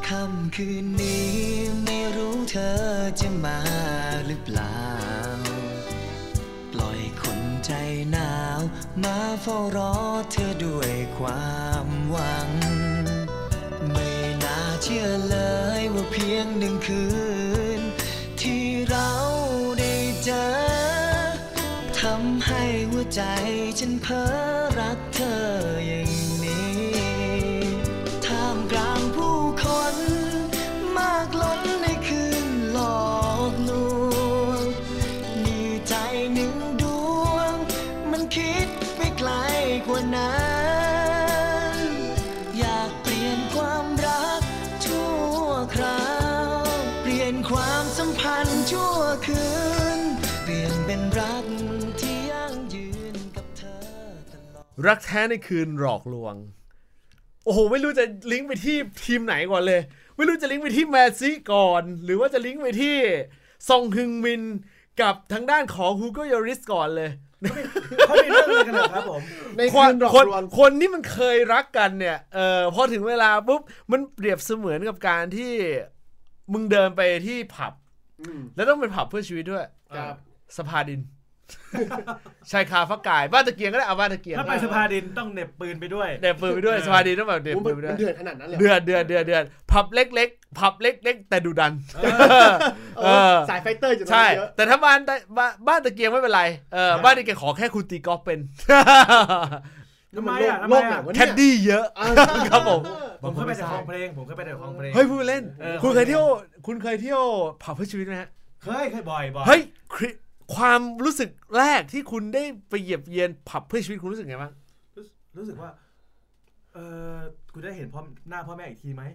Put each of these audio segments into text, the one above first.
ค่ำคืนนี้ไม่รู้เธอจะมาหรือเปล่าปล่อยคนใจหนาวมาเฝ้ารอเธอด้วยความหวังไม่น่าเชื่อเลยว่าเพียง1 คืนที่เราได้เจอทำให้หัวใจฉันเพ้อรักเธออย่างนี้ท่ามกลางผู้คนมากล้นในคืนหลอกลวงมีใจ1 ดวงมันคิดไปไกลกว่านั้นอยากเปลี่ยนความรักชั่วคราวเปลี่ยนความสัมพันธ์ชั่วคืนเปลี่ยนเป็นรักที่ยั่งยืนกับเธอตลอดรักแท้ในคืนหลอกลวงโอ้โหไม่รู้จะลิงก์ไปที่ทีมไหนก่อนเลยไม่รู้จะลิงก์ไปที่แมนซีก่อนหรือว่าจะลิงก์ไปที่ซองฮึงมินกับทางด้านของฮูโกโยริสก่อนเลยเขามีเรื่องอะไรกันนะครับผมในคนที่มันเคยรักกันเนี่ยพอถึงเวลาปุ๊บมันเปรียบเสมือนกับการที่มึงเดินไปที่ผับแล้วต้องเป็นผับเพื่อชีวิตด้วยสภาดินชายคาฟักกายบ้านตะเกียงก็ได้เอาบ้านตะเกียงถ้าไปสภาดินต้องเหน็บปืนไปด้วยสภาดินต้องแบบเหน็บปืนไปด้วยเดือดขนาดนั้นเลยเดือดผับเล็กๆผับเล็กๆแต่ดุดันสายไฟเตอร์จะใช่แต่ถ้าบ้านตะเกียงไม่เป็นไรบ้านตะเกียงขอแค่คุณตีกอล์ฟเป็นทำไมแคดดี้เยอะครับผมเคยไปแต่ของเพลงเฮ้ยพูดเล่นคุณเคยเที่ยวผับเพื่อชีวิตไหมฮะเคยบ่อยเฮ้ยความรู้สึกแรกที่คุณได้ไปเหยียบเยียนผับเพื่อชีวิตคุณรู้สึกไงบ้างรู้สึกว่าคุณได้เห็นหน้าพ่อแม่อีกทีไหม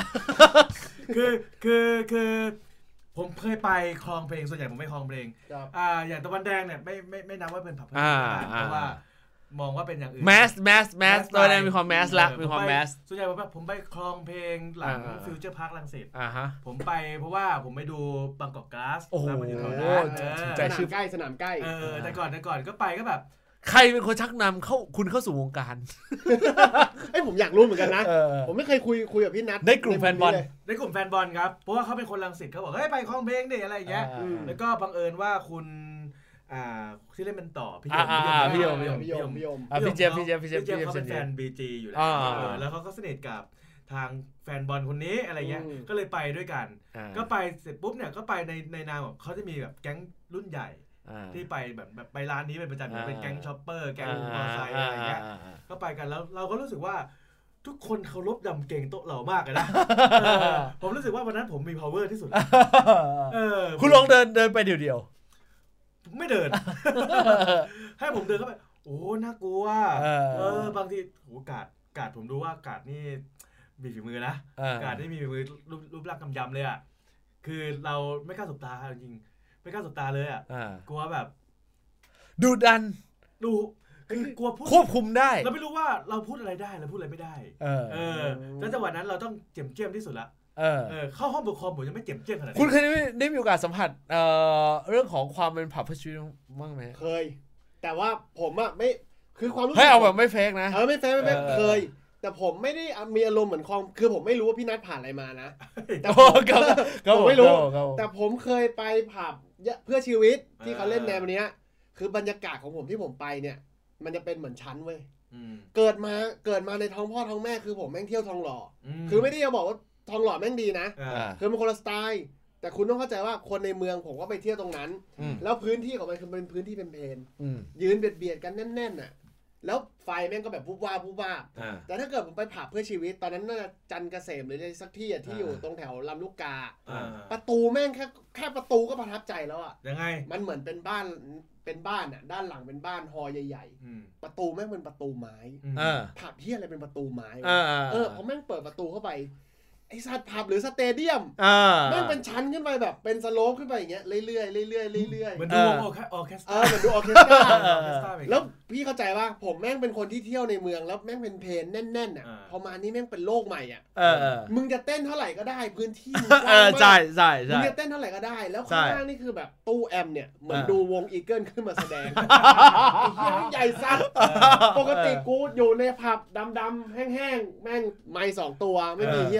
คือผมเคยไปคลองเพลงส่วนใหญ่ผมไม่คลองเพลงอย่างตะวันแดงเนี่ยไม่นับว่าเป็นผับเพื่อชีวิตเพราะว่ามองว่าเป็นอย่างอื่นแมสตอนนี้มีความแมสละมีความแมสส่วนใหญ่ผมไปคลองเพลงหลังฟิวเจอร์พาร์ครังสิตผมไปเพราะว่าผมไปดูบางกอกก๊าซแล้วมันอยู่แถวนั้นใจชื่อใกล้สนามใกล้แต่ก่อนก็ไปก็แบบใครเป็นคนชักนำคุณเข้าสู่วงการผมอยากรู้เหมือนกันนะผมไม่เคยคุยกับพี่นัทในกลุ่มแฟนบอลครับเพราะว่าเขาเป็นคนรังสิตเขาบอกเฮ้ยไปคลองเพลงดิอะไรอย่างเงี้ยแล้วก็บังเอิญว่าคุณที่เล่นเป็นต่อพี่ยมพี่เจมเขาเป็นแฟน BG อยู่แล้วเขาก็สนิทกับทางแฟนบอลคนนี้อะไรเงี้ยก็เลยไปด้วยกันก็ไปเสร็จปุ๊บเนี่ยก็ไปในนามแบบเขาจะมีแบบแก๊งรุ่นใหญ่ที่ไปแบบไปร้านนี้เป็นประจำเป็นแก๊งช็อปเปอร์แก๊งมอเตอร์ไซค์อะไรเงี้ยก็ไปกันแล้วเราก็รู้สึกว่าทุกคนเคารพดำเก่งโต๊ะเรามากเลยนะผมรู้สึกว่าวันนั้นผมมี power ที่สุดคุณลองเดินไปเดียวไม่เดิน ให้ผมเดินเข้าไปโอ้น่ากลัวบางทีโหกาดผมดูว่ากาดนี่มีฝีมือนะกาดนี่มีฝีมือรูปร่างกำยำเลยอ่ะคือเราไม่กล้าสบตาจริงไม่กล้าสบตาเลยอ่ะกลัวแบบดูดันคือกลัวพูดควบคุมได้เราไม่รู้ว่าเราพูดอะไรได้เราพูดอะไรไม่ได้แล้วจังหวะนั้นเราต้องเจียมที่สุดละเข้าห้องปกครองผมยังไม่เจ็บเจี้ยงขนาดนี้คุณเคยได้มีโอกาสสัมผัสเรื่องของความเป็นผับเพื่อชีวิตบ้างไหมเคยแต่ว่าผมอ่ะไม่คือความรู้สึกให้เอาแบบไม่เฟกนะไม่เฟกเคยแต่ผมไม่ได้มีอารมณ์เหมือนคือผมไม่รู้ว่าพี่นัทผ่านอะไรมานะแต่ผมไม่รู้แต่ผมเคยไปผับเพื่อชีวิตที่เขาเล่นแนวนี้คือบรรยากาศของผมที่ผมไปเนี่ยมันจะเป็นเหมือนชั้นเว้ยเกิดมาในท้องพ่อท้องแม่คือผมแม่งเที่ยวทองหล่อคือไม่ได้จะบอกว่าทองหล่อแม่งดีนะคือมันคนละสไตล์แต่คุณต้องเข้าใจว่าคนในเมืองผมก็ไปเที่ยวตรงนั้นแล้วพื้นที่ของมันคือเป็นพื้นที่เป็นเพลนยืนเบียดกันแน่นๆน่ะแล้วไฟแม่งก็แบบวุบวาบแต่ถ้าเกิดผมไปผับเพื่อชีวิตตอนนั้นน่าจะจันทร์เกษมหรืออะไรสักที่ที่อยู่ตรงแถวลำลูกกาประตูแม่งแค่ประตูก็ประทับใจแล้วอ่ะยังไงมันเหมือนเป็นบ้านอ่ะด้านหลังเป็นบ้านฮอลล์ใหญ่ๆประตูแม่งเป็นประตูไม้ผับเหี้ยอะไรเป็นประตูไม้พอแม่งเปิดประตูเข้าไปไอ้สัตว์ผับหรือสเตเดียมแม่งเป็นชั้นขึ้นไปแบบเป็นสโลปขึ้นไปอย่างเงี้ยเรื่อยๆเหมือนดูออเคสตราเหมือนดูออเคสตราแล้วพี่เข้าใจว่าผมแม่งเป็นคนที่เที่ยวในเมืองแล้วแม่งเป็นเพลนแน่นๆอ่ะพอมานี่แม่งเป็นโลกใหม่อ่ะมึงจะเต้นเท่าไหร่ก็ได้พื้นที่มึงกว้างมากมึงจะเต้นเท่าไหร่ก็ได้แล้วข้างล่างนี่คือแบบตู้แอมเนี่ยเหมือนดูวงอีเกิลขึ้นมาแสดงไอ้เหี้ยใหญ่สัสปกติกูอยู่ในผับดำๆแห้งๆแม่งไมค์2ตัวไม่มีเหี้ยอะไรเลย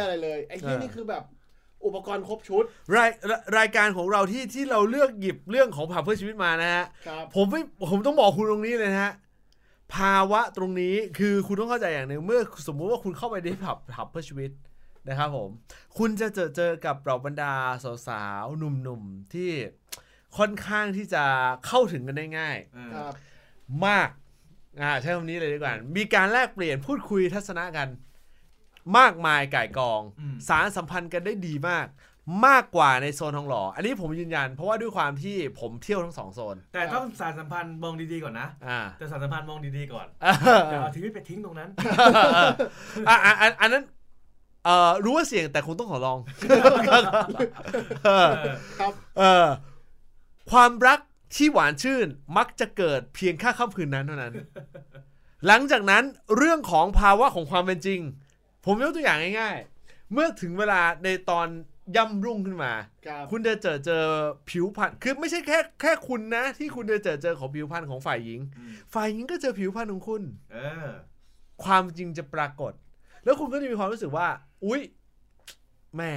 ไอ้ที่นี่คือแบบอุปกรณ์ครบชุดรายการของเราที่เราเลือกหยิบเรื่องของผับเพื่อชีวิตมานะฮะผมต้องบอกคุณตรงนี้เลยนะฮะภาวะตรงนี้คือคุณต้องเข้าใจอย่างหนึ่งเมื่อสมมุติว่าคุณเข้าไปในผับเพื่อชีวิตนะครับผมคุณจะเจอกับเหล่าบรรดาสาวๆหนุ่มๆที่ค่อนข้างที่จะเข้าถึงกันได้ง่ายมากใช้คำนี้เลยดีกว่ามีการแลกเปลี่ยนพูดคุยทัศนะกันมากมายก่ายกองสารสัมพันธ์กันได้ดีมากกว่าในโซนทองหล่ออันนี้ผมยืนยันเพราะว่าด้วยความที่ผมเที่ยวทั้ง2โซนแต่ต้องสารสัมพันธ์มองดีๆก่อนนะแต่สารสัมพันธ์มองดีๆก่อนอย่าเอาชีวิตไปทิ้งตรงนั้นอันนั้นรู้ว่าเสี่ยงแต่คงต้องขอลองครับความรักที่หวานชื่นมักจะเกิดเพียงแค่ค่ำคืนนั้นเท่านั้นหลังจากนั้นเรื่องของภาวะของความเป็นจริงผมยกตัวอย่างง่ายๆเมื่อถึงเวลาในตอนย่ำรุ่งขึ้นมาคุณจะเจอผิวพรรณคือไม่ใช่แค่คุณนะที่คุณจะเจอของผิวพรรณของฝ่ายหญิงก็เจอผิวพรรณของคุณความจริงจะปรากฏแล้วคุณก็จะมีความรู้สึกว่าอุ๊ยแม่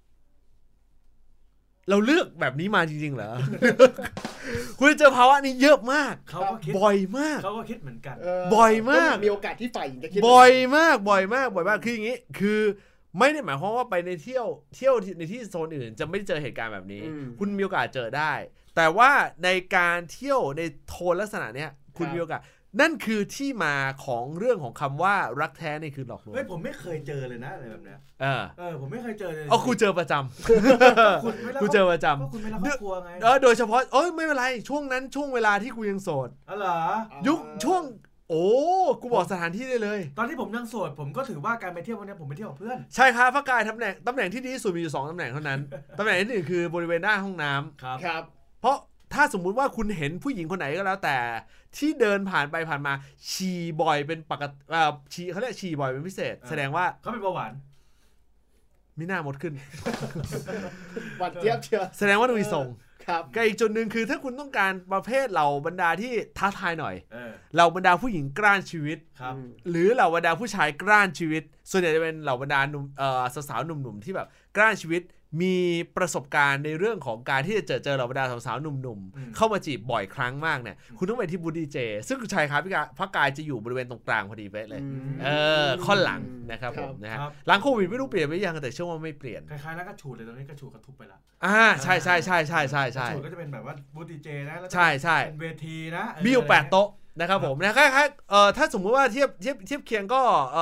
เราเลือกแบบนี้มาจริงๆเหรอ คุณเจอภาวะนี้เยอะมากเขาก็คิดบ่อยมากเขาก็คิดเหมือนกันบ่อยมากมีโอกาสที่ฝ่ายหญิงจะคิดบ่อยมากคืออย่างนี้คือไม่ได้หมายความว่าไปในเที่ยวในที่โซนอื่นจะไม่เจอเหตุการณ์แบบนี้คุณมีโอกาสเจอได้แต่ว่าในการเที่ยวในโทนลักษณะเนี้ยคุณมีโอกาสนั่นคือที่มาของเรื่องของคำว่ารักแท้นี่คือหลอกลวงผมไม่เคยเจอเลยนะอะไรแบบเนี้ยผมไม่เคยเจอเลยกูเจอประจำกูเจอประจำคุณไม่รักครอบครัวไงโดยเฉพาะไม่เป็นไรช่วงเวลาที่กูยังโสดเหรอยุคช่วงกูบอกสถานที่ได้เลยตอนที่ผมยังโสดผมก็ถือว่าการไปเที่ยววันนี้ผมไปเที่ยวกับเพื่อนใช่ครับพระกายตำแหน่งที่ดีที่สุดมีอยู่2ตำแหน่งเท่านั้นตำแหน่งที่1คือบริเวณหน้าห้องน้ำครับเพราะถ้าสมมุติว่าคุณเห็นผู้หญิงคนไหนก็แล้วแต่ที่เดินผ่านไปผ่านมาฉี่บ่อยเป็นปกติเขาเรียกฉี่บ่อยเป็นพิเศษแสดงว่าเขาเป็นเบาหวานมีหน้าหมดขึ้นหวานเจี๊ยบเชียวแสดงว่าต้องมีทรงครับก็อีกจุดหนึ่งคือถ้าคุณต้องการประเภทเหล่าบรรดาที่ท้าทายหน่อยเหล่าบรรดาผู้หญิงกล้านชีวิตหรือเหล่าบรรดาผู้ชายกล้านชีวิตส่วนใหญ่จะเป็นเหล่าบรรดาหนุ่มสาวๆหนุ่มๆที่แบบกล้านชีวิตมีประสบการณ์ในเรื่องของการที่จะเจอเหล่าบรรดาสาวๆหนุ่มๆเข้ามาจีบบ่อยครั้งมากเนี่ยคุณต้องไปที่บูดีเจซึ่งคุณชายครับพระกายจะอยู่บริเวณตรงกลางพอดีเป๊ะเลยค่อนหลังนะครับผมนะฮะหลังโควิดไม่รู้เปลี่ยนไปยังแต่เชื่อว่าไม่เปลี่ยนคล้ายๆแล้วก็ฉูดเลยตอนนี้ก็ฉูดกระทุบไปละใช่ฉูดก็จะเป็นแบบว่าบูดีเจนะใช่เป็นเวทีนะมีอยู่8โต๊ะนะครับผมนะคล้ายๆถ้าสมมุติว่าเทียบเคียงก็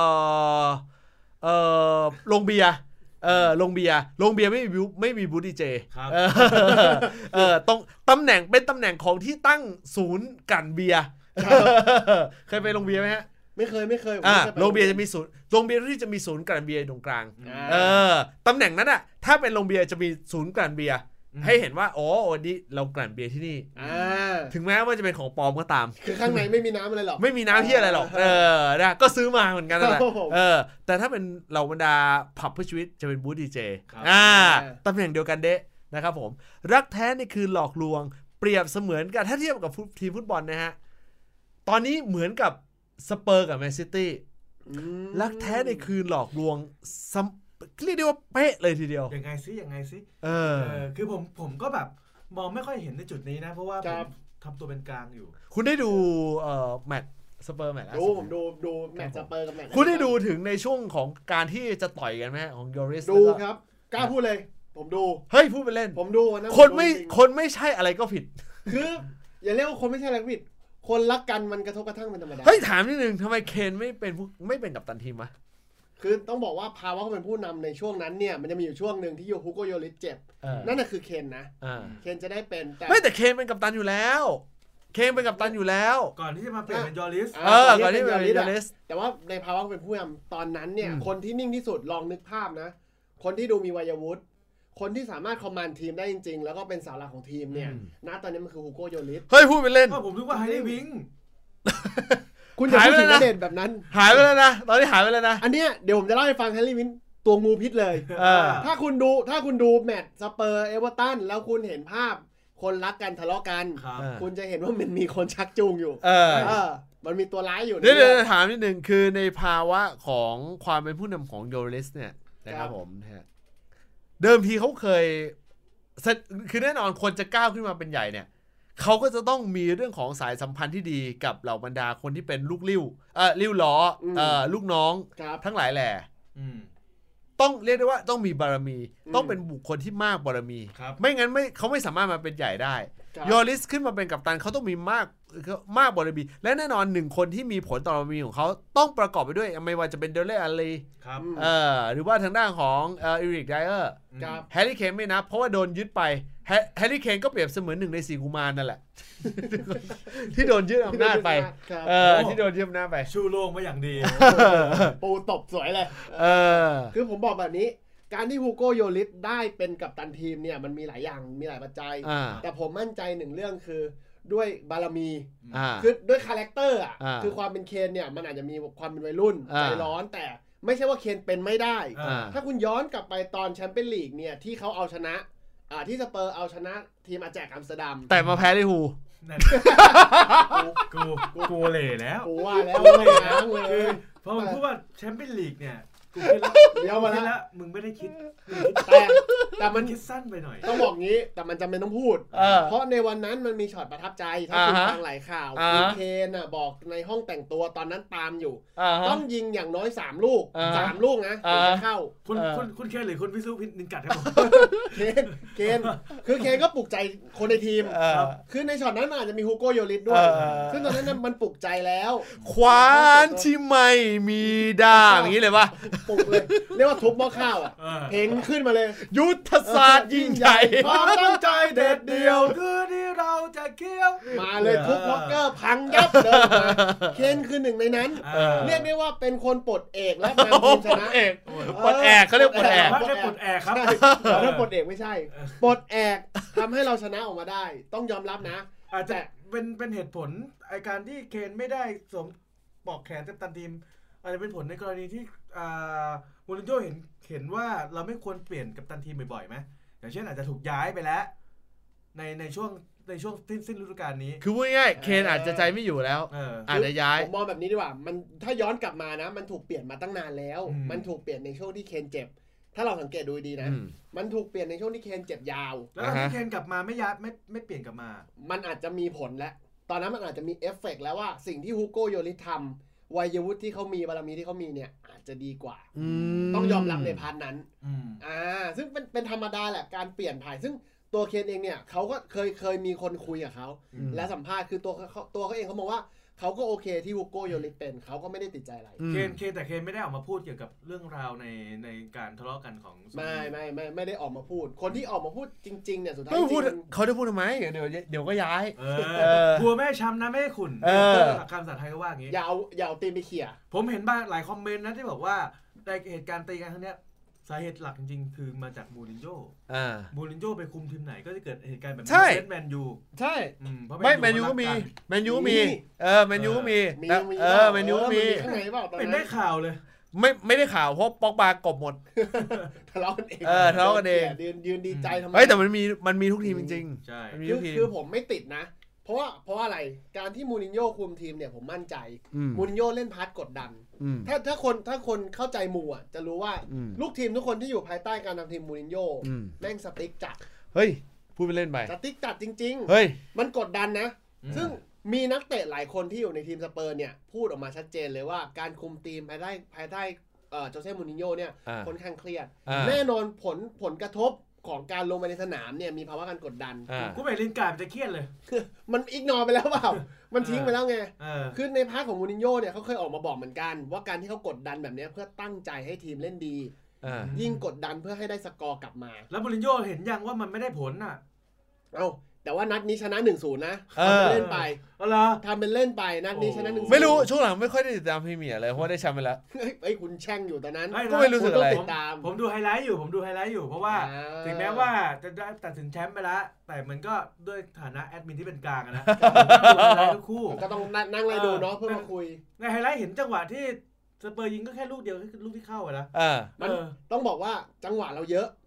โรงเบียร์โรงเบียร์ไม่มีบูธดีเจตรงตำแหน่งเป็นตำแหน่งของที่ตั้งศูนย์กันเบียร์เคยไปโรงเบียร์ไหมฮะไม่เคยโรงเบียร์จะมีศูนย์โรงเบียร์ที่จะมีศูนย์กันเบียร์ตรงกลางตำแหน่งนั้นอ่ะถ้าเป็นโรงเบียร์จะมีศูนย์กันเบียร์ให้เห็นว่าวันนี้เรากลั่นเบียร์ที่นี่ถึงแม้ว่าจะเป็นของปลอมก็ตามคือข้างในไม่มีน้ำอะไรหรอกไม่มีน้ำที่อะไรหรอกนะก็ซื้อมาเหมือนกันนั่นแหละแต่ถ้าเป็นเหล่าบรรดาผับเพื่อชีวิตจะเป็นบูธดีเจตำแหน่งเดียวกันเดะนะครับผมรักแท้นี่คือหลอกลวงเปรียบเสมือนกันถ้าเทียบกับทีมฟุตบอลนะฮะตอนนี้เหมือนกับสเปอร์กับแมนซิตี้รักแท้นี่คือหลอกลวงเรียกได้ว่าเป๊ะเลยทีเดียวยังไงซิคือผมก็แบบมองไม่ค่อยเห็นในจุดนี้นะเพราะว่าผมทำตัวเป็นกลางอยู่คุณได้ดูแมตช์สเปอร์แมตช์ผมดูแมตช์สเปอร์กับแมตช์คุณได้ดูถึงในช่วงของการที่จะต่อยกันไหมของโยริสดูครับกล้าพูดเลยผมดูเฮ้ยพูดไปเล่นผมดูนะคนไม่ใช่อะไรก็ผิดคืออย่าเรียกว่าคนไม่ใช่อะไรก็ผิดคนรักกันมันกระทบกระทั่งเป็นธรรมดาเฮ้ยถามนิดนึงทำไมเคนไม่เป็นกัปตันทีมวะคือต้องบอกว่าภาวะเขาเป็นผู้นำในช่วงนั้นเนี่ยมันจะมีอยู่ช่วงหนึ่งที่ฮูโกโยริสเจ็บนั่นน่ะคือเคนนะเคนจะได้เป็นแต่เคนเป็นกัปตันอยู่แล้วเคนเป็นกัปตันอยู่แล้วก่อนที่จะมาเปลี่ยนเป็นยอริสก่อนที่จะเป็นยอริสแต่ว่าในภาวะเขาเป็นผู้นำตอนนั้นเนี่ยคนที่นิ่งที่สุดลองนึกภาพนะคนที่ดูมีวัยวุฒิคนที่สามารถคอมมานด์ทีมได้จริงๆแล้วก็เป็นเสาหลักของทีมเนี่ยณตอนนี้มันคือฮูโกโยริสเฮ้ยพูดไปเล่นผมนึกว่าไฮเดวิงคุณจะพูดถึงประเด็นแบบนั้นหายไปแล้วนะตอนนี้หายไปแล้วนะอันเนี้ยเดี๋ยวผมจะเล่าให้ฟังแฮร์รี่วินตัวงูพิษเลยถ้าคุณดูแมตช์สเปอร์เอเวอร์ตันแล้วคุณเห็นภาพคนรักกันทะเลาะกันคุณจะเห็นว่ามันมีคนชักจูงอยู่มันมีตัวร้ายอยู่เดี๋ยวถามนิดนึงคือในภาวะของความเป็นผู้นำของโยริสเนี่ยนะครับผมนะฮะเดิมทีเขาเคยคือแน่นอนคนจะก้าวขึ้นมาเป็นใหญ่เนี่ยเขาก็จะต้องมีเรื่องของสายสัมพันธ์ที่ดีกับเหล่าบรรดาคนที่เป็นลูกลิ้วล้อลูกน้องทั้งหลายแหล่ต้องเรียกได้ว่าต้องมีบารมีต้องเป็นบุคคลที่มากบารมีไม่งั้นเขาไม่สามารถมาเป็นใหญ่ได้ยอริสขึ้นมาเป็นกัปตันเขาต้องมีมากบารมีและแน่นอนหนึ่งคนที่มีผลต่อบารมีของเขาต้องประกอบไปด้วยไม่ว่าจะเป็นเดลเล่อาลีหรือว่าทางด้านของเอริกไดเออร์แฮร์รี่เคนไม่นับเพราะว่าโดนยึดไปแฮร์รี่เคนก็เปรียบเสมือนหนึ่งใน4กุมารนั่นแหละที่โดนยึดอำนาจไปที่โดนยึดอำนาจไปชูโรงมาอย่างดีปูตบสวยเลยคือผมบอกแบบนี้การที่ฮูโกโยริสได้เป็นกัปตันทีมเนี่ยมันมีหลายอย่างมีหลายปัจจัยแต่ผมมั่นใจหนึ่งเรื่องคือด้วยบารมีคือด้วยคาแรคเตอร์คือความเป็นเคนเนี่ยมันอาจจะมีความเป็นวัยรุ่นใจร้อนแต่ไม่ใช่ว่าเคนเป็นไม่ได้ถ้าคุณย้อนกลับไปตอนแชมเปี้ยนลีกเนี่ยที่เขาเอาชนะที่สเปอร์เอาชนะทีมอาแจกอัมสเตอร์ดัมแต่มาแพ้ลิฮูกูเล่แล้วกูว่าแล้วไม่ล้างเลยเพราะมันพูดว่าแชมเปี้ยนลีกเนี่ยกูคิดแล้วมึงไม่ได้คิดแต่มันคิดสั้นไปหน่อยต้องบอกงี้แต่มันจำเป็นต้องพูดเพราะในวันนั้นมันมีช็อตประทับใจถ้าคุณฟังหลายข่าวคุณเคนบอกในห้องแต่งตัวตอนนั้นตามอยู่ต้องยิงอย่างน้อย3 ลูก3 ลูกนะถึงจะเข้าคุณเคนหรือคุณพิสุพินินกัดครับผมเคนคือเคนก็ปลุกใจคนในทีมคือในช็อตนั้นมันอาจจะมีฮูโกโยริสด้วยซึ่งตอนนั้นมันปลุกใจแล้วควานที่ไม่มีด่างอย่างนี้เลยป่ะปลุกเลยเรียกว่าทุบหม้อข้าวเพลงขึ้นมาเลยยุทธศาสตร์ยิ่งใหญ่ความตั้งใจเด็ดเดี่ยวคือที่เราจะเคี้ยวมาเลยทุบล็อกเกอร์พังยับเลยเคนคือหนึ่งในนั้นเรียกได้ว่าเป็นคนปลดเอกและนำทีมชนะปลดแอกเขาเรียกปลดแอกไม่ใช่ปลดแอกครับถ้าปลดเอกไม่ใช่ปลดแอกทำให้เราชนะออกมาได้ต้องยอมรับนะอาจจะเป็นเหตุผลไอการที่เคนไม่ได้สวมปลอกแขนกัปตันทีมอาจจะเป็นผลในกรณีที่มูรินโญ่เห็นว่าเราไม่ควรเปลี่ยนกัปตันทีมบ่อยๆไหมอย่างเช่นอาจจะถูกย้ายไปแล้วในช่วงสิ้นฤดูกาลนี้คือพูดง่ายๆเคนอาจจะใจไม่อยู่แล้วอาจจะย้ายผมมองแบบนี้ดีกว่ามันถ้าย้อนกลับมานะมันถูกเปลี่ยนมาตั้งนานแล้วมันถูกเปลี่ยนในช่วงที่เคนเจ็บถ้าเราสังเกตดูดีนะมันถูกเปลี่ยนในช่วงที่เคนเจ็บยาวแล้วที่เคนกลับมาไม่ย้ายไม่เปลี่ยนกลับมามันอาจจะมีผลแล้วตอนนั้นมันอาจจะมีเอฟเฟกต์แล้วว่าสิ่งที่ฮูโกโยริสทำวัยวุฒิที่เขามีบารมีที่เขามีเนี่ยอาจจะดีกว่าต้องยอมรับในพาร์ทนั้นซึ่งเป็นธรรมดาแหละการเปลี่ยนถ่ายซึ่งตัวเคนเองเนี่ยเขาก็เคยมีคนคุยกับเขาและสัมภาษณ์คือตัวเขาเองเขาบอกว่าเขาก็โอเคที่ฮูโกโยริสเป็นเขาก็ไม่ได้ติดใจอะไรเคนแต่เคนไม่ได้ออกมาพูดเกี่ยวกับเรื่องราวในการทะเลาะกันของไม่ได้ออกมาพูดคนที่ออกมาพูดจริงๆเนี่ยสุดท้ายเขาได้พูดทำไมเดี๋ยวก็ย้ายกลัวแม่ช้ำนะแม่ขุ่นคำภาษาไทยก็ว่าอย่างนี้อย่าเอาตีนไปเขี่ยผมเห็นบ้างหลายคอมเมนต์นะที่บอกว่าในเหตุการณ์ตีกันครั้งนี้สาเหตุหลักจริงๆคือมาจากมูรินโญ่ไปคุมทีมไหนก็จะเกิดเหตุการณ์แบบนี้แมนยูใช่ไม่แมนยูก็มีแมนยูก็มีแมนยูก็มีแมนยูก็มีเป็นได้ข่าวเลยไม่ได้ข่าวเพราะป็อกบากบหมดทะเลาะกันเองทะเลาะกันเองยืนดีใจทำไมแต่มันมีทุกทีมจริงๆใช่คือผมไม่ติดนะเพราะอะไรการที่มูรินโญ่คุมทีมเนี่ยผมมั่นใจมูรินโญ่เล่นพาร์ทกดดันถ้าคนเข้าใจมูอ่ะจะรู้ว่าลูกทีมทุกคนที่อยู่ภายใต้การนำทีมมูรินโญ่แม่งสติ๊กจัดเฮ้ยพูดไปเล่นไปสติ๊กจัดจริงๆเฮ้ยมันกดดันนะซึ่งมีนักเตะหลายคนที่อยู่ในทีมสเปอร์เนี่ยพูดออกมาชัดเจนเลยว่าการคุมทีมภายใต้โจเซ่มูรินโญ่เนี่ยค่อนข้างเครียดแน่นอนผลกระทบของการลงไปในสนามเนี่ยมีภาวะการกดดันกูไม่ลินการจะเครียดเลยมันอิกนอร์ไปแล้วเปล่ามันทิ้งไปแล้วไงคือในพาร์ทของมูรินโญ่เนี่ยเขาเคยออกมาบอกเหมือนกันว่าการที่เขากดดันแบบนี้เพื่อตั้งใจให้ทีมเล่นดียิ่งกดดันเพื่อให้ได้สกอร์กลับมาแล้วมูรินโญ่เห็นยังว่ามันไม่ได้ผลน่ะแต่ว่านัดนี้ชนะ 1-0 นะเล่นไปทำเป็นเล่นไปนัดนี้ชนะ 1-0 ไม่รู้ช่วงหลังไม่ค่อยได้ติดตามพรีเมียร์เลยเพราะได้แชมป์ไปแล้วคุณแช่งอยู่ตอนนั้นก็ไม่รู้สึกอะไรผมดูไฮไลท์อยู่เพราะว่าถึงแม้ว่าจะได้ตัดสินแชมป์ไปแล้วแต่มันก็ด้วยฐานะแอดมินที่เป็นกลางนะทุกคู่ก็ต้องนั่งไล่ดูเนาะเพื่อมาคุยในไฮไลท์เห็นจังหวะที่สเปอร์ยิงก็แค่ลูกเดียวลูกที่เข้านะมันต้องบอกว่าจังหวะเราเยอะ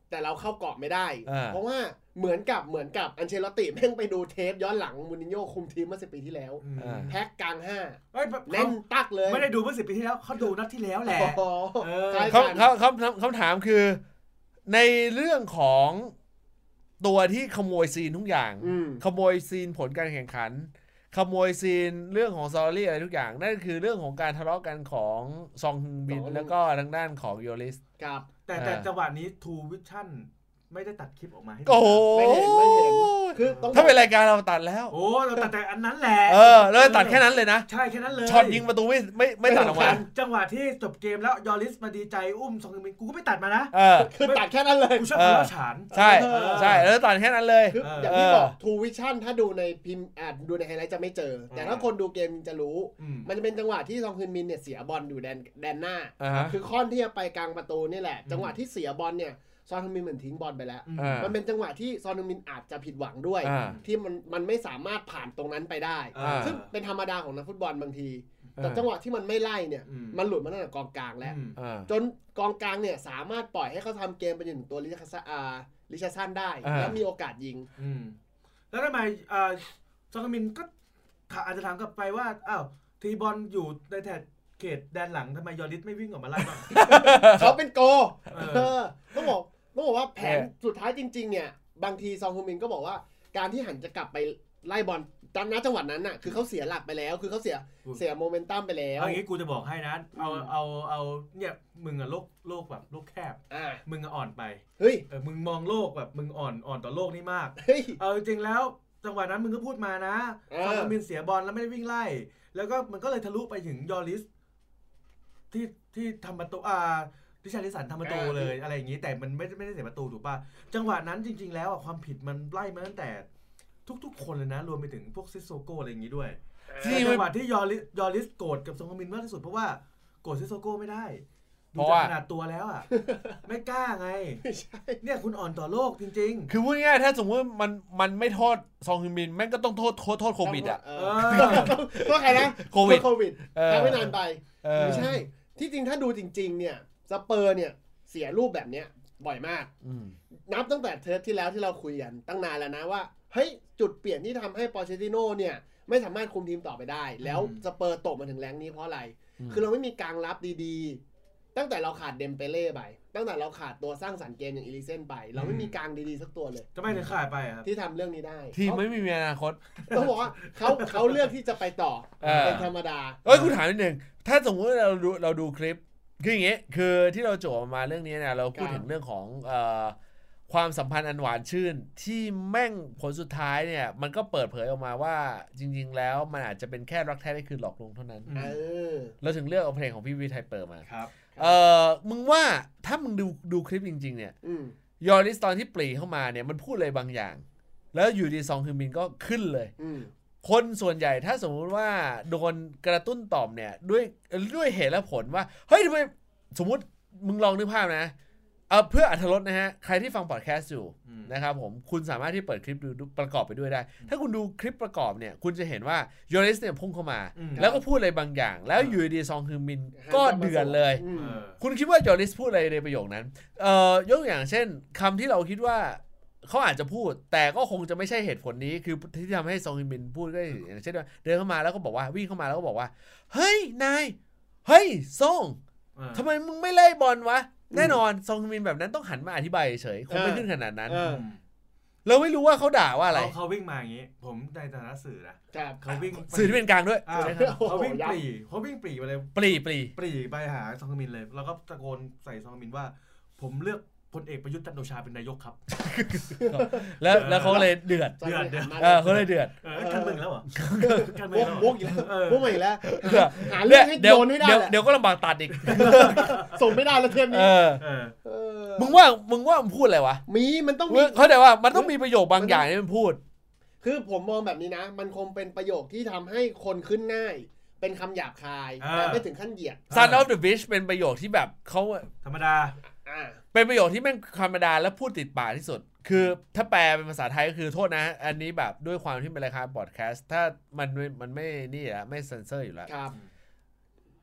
แต่เราเข้าเกาะไม่ได้เพราะว่าเหมือนกับอันเชลติแม่งไปดูเทปย้อนหลังมูรินโญ่คุมทีมเมื่อ10 ปีที่แล้วแพ็กกลาง5แน่นตักเลยไม่ได้ดูเมื่อ10 ปีที่แล้วเขาดูนัดที่แล้วแหละคำถามคือในเรื่องของตัวที่ขโมยซีนทุกอย่างขโมยซีนผลการแข่งขันขโมยซีนเรื่องของซอรี่อะไรทุกอย่างนั่นคือเรื่องของการทะเลาะกันของซองฮึงบินแล้วก็ทางด้านของโยลิสครับแต่จังหวะนี้ทูวิชั่นไม่ได้ตัดคลิปออกมาให้โอ้โหไม่เห็นคือถ้าเป็นรายการเราตัดแล้วโอ้เราตัดแต่อันนั้นแหละเราตัดแค่นั้นเลยนะใช่แค่นั้นเลยช็อตยิงประตูไม่ตัดออกมาจังหวะที่จบเกมแล้วยอริสมาดีใจอุ้มซองฮึงบินกูก็ไม่ตัดมานะคือตัดแค่นั้นเลยกูชอบเขาฉานใช่แล้วตัดแค่นั้นเลยอย่างที่บอกทูวิชั่นถ้าดูในพิมพ์ดูในไฮไลท์จะไม่เจอแต่ถ้าคนดูเกมจะรู้มันจะเป็นจังหวะที่ซองฮึงบินเนี่ยเสียบอลอยู่แดนหน้าคือค่อนที่จะไปกลางประตูนี่แหละจังหวะที่เสียบอลเนี่ยซอนฮึงมินเหมือนทิ้งบอลไปแล้วมันเป็นจังหวะที่ซอนฮึงมินอาจจะผิดหวังด้วยที่มันไม่สามารถผ่านตรงนั้นไปได้ซึ่งเป็นธรรมดาของนักฟุตบอลบางทีแต่จังหวะที่มันไม่ไล่เนี่ยมันหลุดมาตั้งแต่กองกลางแล้วจนกองกลางเนี่ยสามารถปล่อยให้เขาทำเกมไปจนถึงตัวลิชาซันได้แล้วมีโอกาสยิงแล้วทำไมซอนฮึงมินก็อาจจะถามกลับไปว่าอ้าวทีบอลอยู่ในแถบเขตแดนหลังทำไมยอริสไม่วิ่งออกมาไล่บ้างเขาเป็นโกต้องบอกว่าแผนสุดท้ายจริงๆเนี่ยบางทีซองฮึงมินก็บอกว่าการที่หันจะกลับไปไล่บอลตอนนั้นจังหวะนั้นน่ะคือเขาเสียหลักไปแล้วคือเขาเสียโมเมนตัมไปแล้วอย่างนี้กูจะบอกให้นะเอาเนี่ยมึงอะโลกแบบโลกแคบมึงอะอ่อนไปเฮ้ยมึงมองโลกแบบมึงอ่อนต่อโลกนี่มากจริงๆแล้วจังหวะนั้นมึงก็พูดมานะซองฮึงมินเสียบอลแล้วไม่ได้วิ่งไล่แล้วก็มันก็เลยทะลุไปถึงยอริสที่ทำประตูดิชาริสันทำประตูเลยอะไรอย่างนี้แต่มันไม่ได้เสียประตูถูกป่ะจังหวะนั้นจริงๆแล้วความผิดมันไล่มาตั้งแต่ทุกคนเลยนะรวมไปถึงพวกซิโซโก้อะไรอย่างนี้ด้วยจังหวะที่ยอริสโกรธกับซองฮึงมินมากที่สุดเพราะว่าโกรธซิโซโก้ไม่ได้ดูจากขนาดตัวแล้วอ่ะไม่กล้าไงเนี่ยคุณอ่อนต่อโลกจริงๆคือพูดง่ายๆถ้าสมมติมันไม่โทษซองฮึงมินแม่งก็ต้องโทษโควิดอ่ะโทษใครนะโควิดทำไม่นานไปไม่ใช่ที่จริงถ้าดูจริงๆเนี่ยสเปอร์เนี่ยเสียรูปแบบเนี้ยบ่อยมากนับตั้งแต่เทปที่แล้วที่เราคุยกันตั้งนานแล้วนะว่าเฮ้ยจุดเปลี่ยนที่ทำให้ปอเชตติโน่เนี่ยไม่สามารถคุมทีมต่อไปได้แล้วสเปอร์ตกมาถึงแรงนี้เพราะอะไรคือเราไม่มีกลางรับดีๆตั้งแต่เราขาดเดมเปเล่ไปตั้งแต่เราขาดตัวสร้างสรรค์เกมอย่างอีลิเซนไปเราไม่มีกลางดีๆสักตัวเลยจะไม่ถึงขาดไปครับที่ทำเรื่องนี้ได้ทีมไม่มีอนาคตต้องบอกว่าเขาเลือกที่จะไปต่อเป็นธรรมดากูถามนิดนึงถ้าสมมติเราดูคลิปคืออย่างงี้คือที่เราโจทย์มาเรื่องนี้เนี่ยเราพูดถึงเรื่องของความสัมพันธ์อันหวานชื่นที่แม่งผลสุดท้ายเนี่ยมันก็เปิดเผยออกมาว่าจริงๆแล้วมันอาจจะเป็นแค่รักแท้ได้คือหลอกลวงเท่านั้นเราถึงเลือกเอาเพลงของพี่วิทัยเปิดมาครับมึงว่าถ้ามึงดูคลิปจริงๆเนี่ยยอริสตอนที่ปรีเข้ามาเนี่ยมันพูดอะไรบางอย่างแล้วอยู่ดีซองฮึงมินก็ขึ้นเลยคนส่วนใหญ่ถ้าสมมุติว่าโดนกระตุ้นต่อมเนี่ยด้วยเหตุและผลว่าเฮ้ยทำไมสมมุติมึงลองนึกภาพนะเพื่ออรรถรสนะฮะใครที่ฟังพอดแคสต์อยู่นะครับผมคุณสามารถที่เปิดคลิปดูประกอบไปด้วยได้ถ้าคุณดูคลิปประกอบเนี่ยคุณจะเห็นว่ายอริสเนี่ยพุ่งเข้ามาแล้วก็พูดอะไรบางอย่างแล้วอยู่ดีซองฮึงมินก็เดือดเลยคุณคิดว่ายอริสพูดอะไรในประโยคนั้นยกอย่างเช่นคำที่เราคิดว่าเขาอาจจะพูดแต่ก็คงจะไม่ใช่เหตุผลนี้คือที่ทำให้ซองฮึงมินพูดก็อย่างเช่นเดินเข้ามาแล้วก็บอกว่าวิ่งเข้ามาแล้วก็บอกว่าเฮ้ยนายเฮ้ยซองทำไมมึงไม่ไล่บอลวะแน่นอนซองฮึงมินแบบนั้นต้องหันมาอธิบายเฉยคงไม่ขึ้นขนาดนั้นเราไม่รู้ว่าเขาด่าว่าอะไรเขาวิ่งมาอย่างนี้ผมในฐานะสื่อนะเขาวิ่งสื่อที่เป็นกลางด้วยเขาวิ่งปรีไปเลยปรีไปหาซองฮึงมินเลยแล้วก็ตะโกนใส่ซองฮึงมินว่าผมเลือกพลเอกประยุทธ์จันทร์โอชาเป็นนายกครับแล้วเขาเลยเดือดเขาเลยเดือดการเมืองแล้วเหรอการเมืองวกอีกแล้ววกอีกแล้วหาเรื่องให้โดนไม่ได้เดี๋ยวก็ลำบากตัดอีกส่งไม่ได้แล้วเทปนี้มึงว่ามันพูดอะไรวะมันต้องมีเขาแต่ว่ามันต้องมีประโยคบางอย่างที่มันพูดคือผมมองแบบนี้นะมันคงเป็นประโยคที่ทำให้คนขึ้นง่ายเป็นคำหยาบคายแต่ไม่ถึงขั้นเหยียด Son of the Beach เป็นประโยคที่แบบเขาธรรมดาเป็นประโยคที่แม่งธรรมดาและพูดติดปากที่สุดคือถ้าแปลเป็นภาษาไทยก็คือโทษนะอันนี้แบบด้วยความที่เป็นรายการพอดแคสต์ถ้ามันไม่นี่แหละไม่เซ็นเซอร์อยู่แล้ว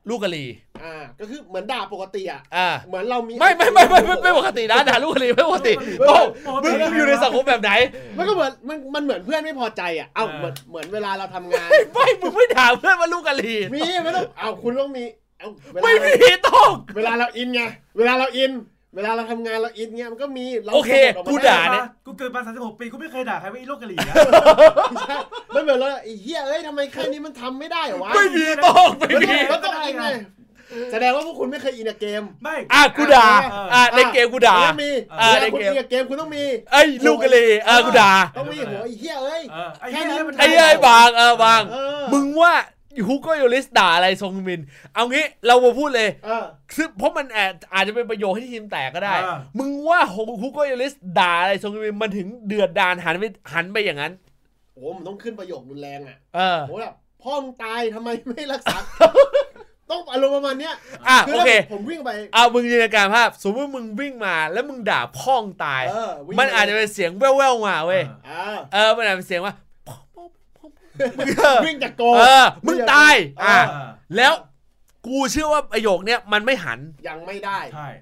ลูกกะลีก็คือเหมือนด่าปกติเหมือนเรามีไม่ปกตินะด่าลูกกะลีไม่ปกติมึงอยู่ในสังคมแบบไหนมันก็เหมือนมันเหมือนเพื่อนไม่พอใจเหมือนเวลาเราทำงานไม่มึงไม่ด่าเพื่อนว่าลูกกะลีมีไม่ต้องคุณต้องมีไม่มีต้องเวลาเราอินไงเวลาเราทำงานเราอินเงี้ยมันก็มีโอเคกูด่าเนี่ยกูเกิดมา36 ปีกูไม่เคยด่าใครว่าอีโลกกะหรี่นะไม่เหมือนแล้วไอ้เหี้ยทำไมแค่นี้มันทำไม่ได้เหรอวะไม่มีต้องไม่มีแล้วต้องอินไงแสดงว่าพวกคุณไม่เคยอินเกมไม่กูด่าในเกมกูด่ามีในเกมคุณต้องมีไอ้ลูกกะลีกูด่าต้องมีหัวไอ้เหี้ยแค่นี้ไอ้บางมึงว่าฮุโกโยริสด่าอะไรซงฮึมินเอางี้เรามาพูดเลยซึ่งเพราะมันอาจจะเป็นประโยชน์ให้ทีมแตกก็ได้มึงว่าฮุโกโยริสด่าอะไรซงฮึมินมันถึงเดือดดาลหันไปอย่างนั้นโอ้มันต้องขึ้นประโยครุนแรงโอ้แบบพ่อมึงตายทำไมไม่รักษาต้องอารมณ์ประมาณเนี้ยโอเคผมวิ่งไปมึงจินตนาการภาพสมมติมึงวิ่งมาแล้วมึงด่าพ่องตายมันอาจจะเป็นเสียงแว่วๆมาเว้ยมันอาจจะเป็นเสียงว่าวิ่งจากโกมึงตายแล้วกูเชื่อว่าประโยคเนี้ยมันไม่หันยังไม่ได้ใช่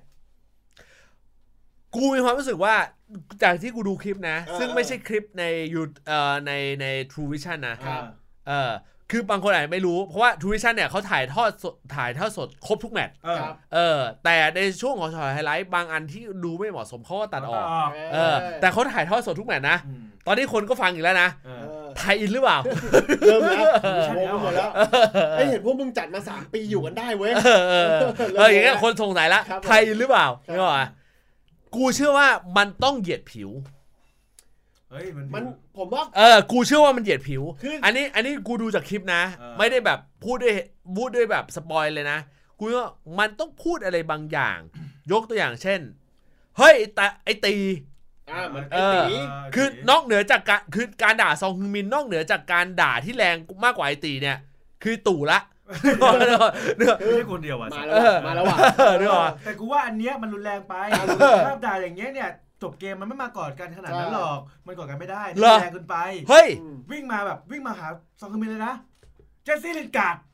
กูมีความรู้สึกว่าจากที่กูดูคลิปนะซึ่งไม่ใช่คลิปในใน True Vision นะคือบางคนอาจจะไม่รู้เพราะว่า True Vision เนี่ยเขาถ่ายทอดสดครบทุกแมตช์แต่ในช่วงของช็อตไฮไลท์บางอันที่ดูไม่เหมาะสมเขาก็ตัดออกแต่เขาถ่ายทอดสดทุกแมตช์นะตอนนี้คนก็ฟังอีกแล้วนะไทยอินหรือเปล่าเริ่มแล้วหมดแล้วเห็นพวกมึงจัดมา3 ปีอยู่กันได้เว้ยอย่างเงี้ยคนสงสัยละไทยอินหรือเปล่าไม่รู้อ่ะกูเชื่อว่ามันต้องเหยียดผิวมันผมว่ากูเชื่อว่ามันเหยียดผิวอันนี้กูดูจากคลิปนะไม่ได้แบบพูดด้วยแบบสปอยเลยนะกูว่ามันต้องพูดอะไรบางอย่างยกตัวอย่างเช่นเฮ้ยไอตีคือนอกเหนือจากการด่าซองฮึงมินนอกเหนือจากการด่าที่แรงมากกว่าไอตีเนี่ยคือตู่ละไม่ใช่คนเดียวว่ะมาแล้วว่ะแต่กูว่าอันเนี้ยมันรุนแรงไปภาพด่าอย่างเงี้ยเนี่ยจบเกมมันไม่มากอดกันขนาดนั้นหรอกมันกอดกันไม่ได้แรงเกินไปเฮ้ยวิ่งมาหาซองฮึงมินเลยนะเจสซี่ลินการ์ด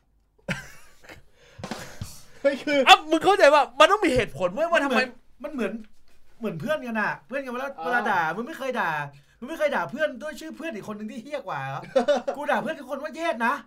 คือมึงเข้าใจว่ามันต้องมีเหตุผลว่าทำไมมันเหมือนเพื่อนกันน่ะเพื่อนกันเวลาด่ามึงไม่เคยด่าเพื่อนด้วยชื่อเพื่อนอีกคนนึงที่เหี้ยกว่ากูด่าเพื่อนทุกคนว่าเย็ดนะ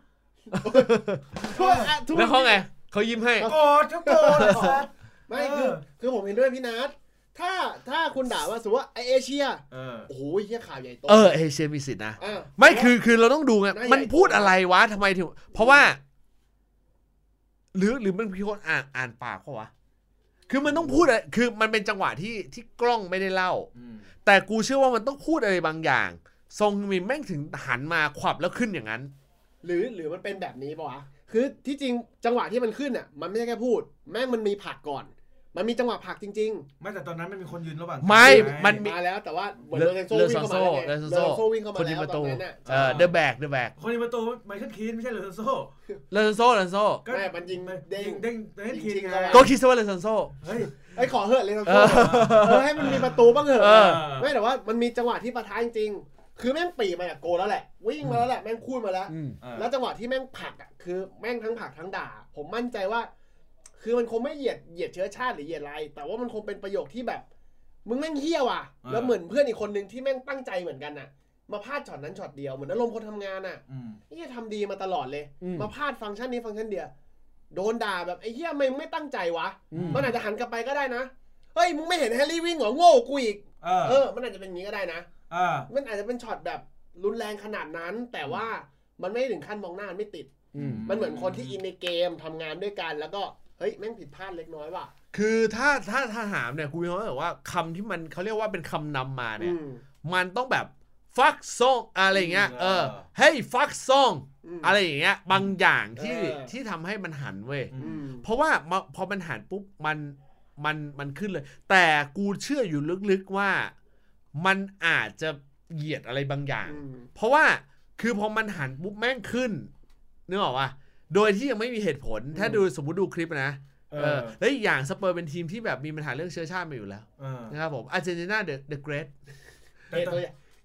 แล้วเขาไงเขายิ้มให้โกรธไม่คือผมเห็นด้วยพี่นัทถ้าคุณด่าว่าสมมติว่าไอเอเชียโอ้โหเหี้ยข่าวใหญ่โตเอเชียมีสิทธินะไม่คือเราต้องดูไงมันพูดอะไรวะทำไมถึงเพราะว่าหรือมันพี่คนอ่านปากเขาวะคือมันต้องพูดอะไรคือมันเป็นจังหวะที่กล้องไม่ได้เล่าแต่กูเชื่อว่ามันต้องพูดอะไรบางอย่างซงฮึงมินแม่งถึงหันมาขวับแล้วขึ้นอย่างนั้นหรือมันเป็นแบบนี้ป่ะวะคือที่จริงจังหวะที่มันขึ้นอ่ะมันไม่ใช่แค่พูดแม่งมันมีผลักก่อนมันมีจังหวะผลักจริงๆไม่แต่ตอนนั้นมันมีคนยืนระหว่างไม่มันมาแล้วแต่ว่าเหมือนโรเซนโซ่วิ่งเข้ามาแล้วตอนนั้นน่ะเดอะแบกคนยิงประตูไมเคิลคีนไม่ใช่โรเซนโซ่แม่มันยิงเด้งคีนก็คิดซะว่าโรเซนโซ่เฮ้ยไอ้ขอเหอะเลยโรเซนโซ่ให้มันมีประตูบ้างเหอะไม่แต่ว่ามันมีจังหวะที่ปะทะจริงคือแม่งปีมาจากโกแล้วแหละวิ่งมาแล้วแหละแม่งคูดมาแล้วแล้วจังหวะที่แม่งผลักอ่ะคือแม่งทั้งผลักทั้งด่าผมมั่นใจว่าคือมันคงไม่เหยียดเชื้อชาติหรือเหยียดอะไรแต่ว่ามันคงเป็นประโยคที่แบบมึงแม่งเหี้ยว่ะแล้วเหมือนเพื่อนอีกคนนึงที่แม่งตั้งใจเหมือนกันน่ะมาพลาดช็อตนั้นช็อตเดียวเหมือนอารมณ์คนทำงานน่ะนี่ทำดีมาตลอดเลยมาพลาดฟังก์ชันนี้ฟังก์ชันเดียวโดนด่าแบบไอ้เหี้ยมึงไม่ตั้งใจวะมันอาจจะหันกลับไปก็ได้นะเฮ้ยมึงไม่เห็นแฮร์รี่วิ่งเหรอโง่กูอีกมันอาจจะเป็นอย่างนี้ก็ได้นะมันอาจจะเป็นช็อตแบบรุนแรงขนาดนั้นแต่ว่ามันไม่ถึงขั้นมองหน้าไม่ติดมันเหมือนคนที่อินในเกมทำงานด้วยกันแล้วก็เฮ้ยแม่งผิดพลาดเล็กน้อยว่ะคือถ้าถามเนี่ยกูมีความรู้สึกว่าคำที่มันเขาเรียกว่าเป็นคำนำมาเนี่ยมันต้องแบบฟักซองอะไรอย่างเงี้ยเฮ้ยฟักซองอะไรอย่างเงี้ยบางอย่างที่ทำให้มันหันเว้ยเพราะว่าพอมันหันปุ๊บมันขึ้นเลยแต่กูเชื่ออยู่ลึกๆว่ามันอาจจะเหยียดอะไรบางอย่างเพราะว่าคือพอมันหันปุ๊บแม่งขึ้นนึกออกป่ะโดยที่ยังไม่มีเหตุผลถ้าดูสมมุติดูคลิปนะแล้วอีกอย่างสเปอร์เป็นทีมที่แบบมีปัญหาเรื่องเชื้อชาติมาอยู่แล้วนะครับผมอาร์เจนตินาเดอะเกรทเอ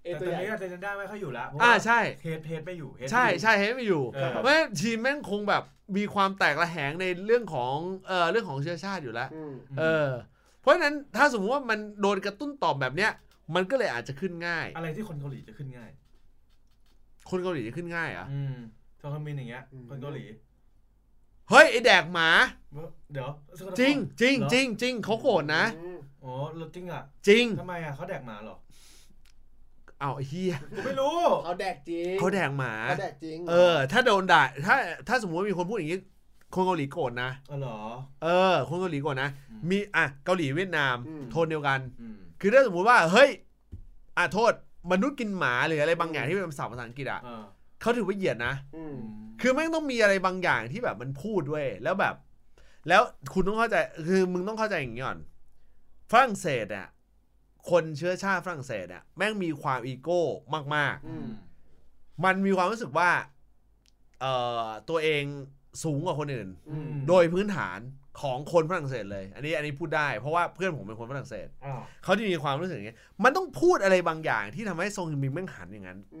แต่ตอนนี้อาร์เจนตินาไม่ค่อยอยู่แล้วใช่เฮดไม่อยู่ใช่เฮดไม่อยู่เพราะทีมแม่งคงแบบมีความแตกระแหงในเรื่องของเรื่องของเชื้อชาติอยู่แล้วเพราะฉะนั้นถ้าสมมติว่ามันโดนกระตุ้นตอบแบบเนี้ยมันก็เลยอาจจะขึ้นง่ายอะไรที่คนเกาหลีจะขึ้นง่ายคนเกาหลีจะขึ้นง่ายซองฮึมินอย่างเงี้ยคนเกาหลีเฮ้ยไอแดกหมาเดี๋ยวจริงเขาโกรธนะอ๋อจริงอ่ะจริงทำไมอ่ะเขาแดกหมาหรอเอาไอ้เหี้ยไม่รู้เขาแดกจริงเขาแดกหมาเขาแดกจริงถ้าโดนด่าถ้าสมมติว่ามีคนพูดอย่างนี้คนเกาหลีโกรธนะอ๋อเหรอคนเกาหลีโกรธนะมีเกาหลีเวียดนามโทนเดียวกันคือถ้าสมมติว่าเฮ้ยโทษมนุษย์กินหมาหรืออะไรบางอย่างที่เป็นภาษาอังกฤษเขาถือว่าเหยียดนะคือแม่งต้องมีอะไรบางอย่างที่แบบมันพูดด้วยแล้วคุณต้องเข้าใจคือมึงต้องเข้าใจอย่างนี้ก่อนฝรั่งเศสเนี่ยคนเชื้อชาติฝรั่งเศสเนี่ยแม่งมีความอีโก้มากๆมันมีความรู้สึกว่าตัวเองสูงกว่าคนอื่นโดยพื้นฐานของคนฝรั่งเศสเลยอันนี้พูดได้เพราะว่าเพื่อนผมเป็นคนฝรั่งเศสเขาจะมีความรู้สึกอย่างนี้มันต้องพูดอะไรบางอย่างที่ทำให้ซงฮึนมินแม่งหันอย่างนั้น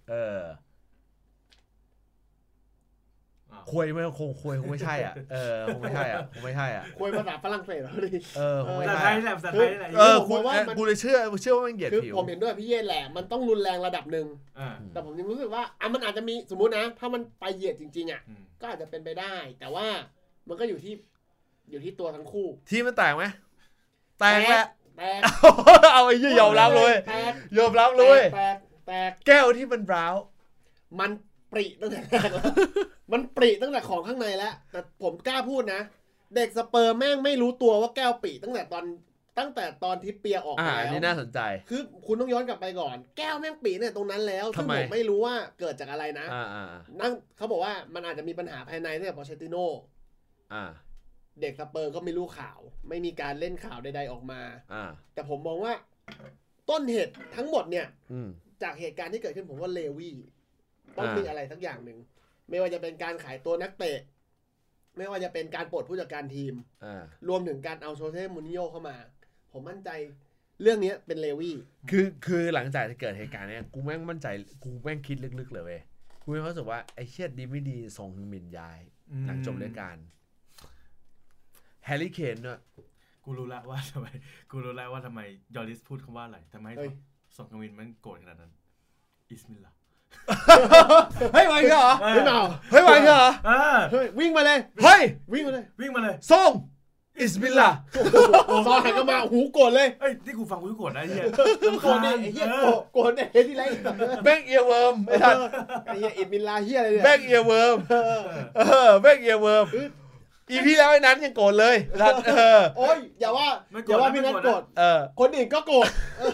คุยไม่คงคุยคงไม่ใช่คงไม่ใช่คุยภาษาฝรั่งเศสเหรอดิคงไม่ใช่ภาษาไทยแหละภาษาไทยแหละกูเลยเชื่อว่ามันเหยียดผิวผมเห็นด้วยพี่เย่แหละมันต้องรุนแรงระดับนึงแต่ผมยังรู้สึกว่ามันอาจจะมีสมมุตินะถ้ามันไปเหยียดจริงๆก็อาจจะเป็นไปได้แต่ว่ามันก็อยู่ที่ตัวทั้งคู่ที่มันแตกไหมแตกแหละเอาไอ้ยี่ยอมรับเลยยอมรับเลยแตกแก้วที่มันบราวมันปริตั้งแต่แรกแล้วมันปริตั้งแต่ของข้างในแล้วแต่ผมกล้าพูดนะเด็กสเปอร์แม่งไม่รู้ตัวว่าแก้วปริตั้งแต่ตอนที่เปียออกมาแล้วนี่น่าสนใจคือคุณต้องย้อนกลับไปก่อนแก้วแม่งปริเนี่ยตรงนั้นแล้วซึ่งผมไม่รู้ว่าเกิดจากอะไรนะนั่งเขาบอกว่ามันอาจจะมีปัญหาภายในตั้งแต่พอเชติโน่เด็กสเปอร์ก็ไม่รู้ข่าวไม่มีการเล่นข่าวใดๆออกมาแต่ผมมองว่าต้นเหตุทั้งหมดเนี่ยจากเหตุการณ์ที่เกิดขึ้นผมว่าเลวี่ต้องมีอะไรสักอย่างหนึ่งไม่ว่าจะเป็นการขายตัวนักเตะไม่ว่าจะเป็นการปลดผู้จัดการทีมรวมถึงการเอาโชเซ่มูรินโญ่เข้ามาผมมั่นใจเรื่องนี้เป็นเลวี่คือหลังจากที่เกิดเหตุการณ์เนี้ยกูแม่งมั่นใจกูแม่งคิดลึกๆเลยเว้ยกูมีความรู้สึกว่าไอ้เชี่ยดีไม่ดีส่งฮึงมินย้ายหลังจบรายการแฮร์รี่เคนด้วยกูรู้แล้วว่าทำไมยอริสพูดคำว่าอะไรทำไมส่งฮึงมินมันโกรธขนาดนั้นอิสมิลลาเฮ้ยไหวเหรอไม่เอาเฮ้ยไหวเหรอเฮ้ยวิ่งมาเลยเฮ้ยวิ่งมาเลยส่งอิสมิลลาซอหันก็มาหูโกรธเลยเฮ้ยที่กูฟังกูโกรธนะไอ้เหี้ยโกรธเนี่ยไอ้เหี้ยโกรธเนี่ยที่ไรแบงเอียร์เวิร์มไอ้ท่านไอ้เหี้ยอิสมิลลาเหี้ยอะไรเนี่ยแบงเอียร์เวิร์มแบงเอียร์เวิร์มอีพี่แล้วไอ้นั้นยังโกรธเลยท่านโอ้ยอย่าว่าพี่นัทโกรธคนอื่นก็โกรธ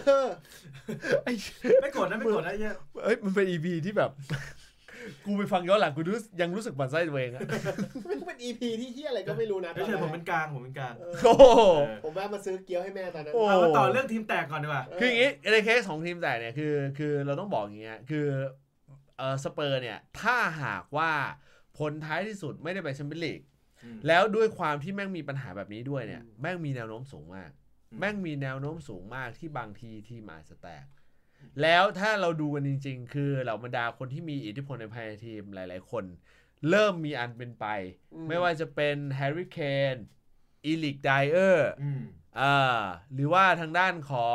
ไม่โกรธนะเนี่ยมันเป็น EP ที่แบบกูไปฟังย้อนหลังกูยังรู้สึกหมั่นไส้ตัวเองอะมันเป็น EP ที่เหี้ยอะไรก็ไม่รู้นะไม่ใช่ผมเป็นกลางผมแวะมาซื้อเกี๊ยวให้แม่ตอนนั้นเอามาต่อเรื่องทีมแตกก่อนดีกว่าคืออย่างงี้ในเคสของทีมแตกเนี่ยคือเราต้องบอกอย่างเงี้ยคือสเปอร์เนี่ยถ้าหากว่าผลท้ายที่สุดไม่ได้ไปแชมเปี้ยนลีกแล้วด้วยความที่แม่งมีปัญหาแบบนี้ด้วยเนี่ยแม่งมีแนวโน้มสูงมากที่บางทีมอาจจะแตกแล้วถ้าเราดูกันจริงๆคือเหล่าบรรดาคนที่มีอิทธิพลในภายในทีมหลายๆคนเริ่มมีอันเป็นไปไม่ว่าจะเป็นแฮร์รี่เคนอีลิกไดเออร์หรือว่าทางด้านของ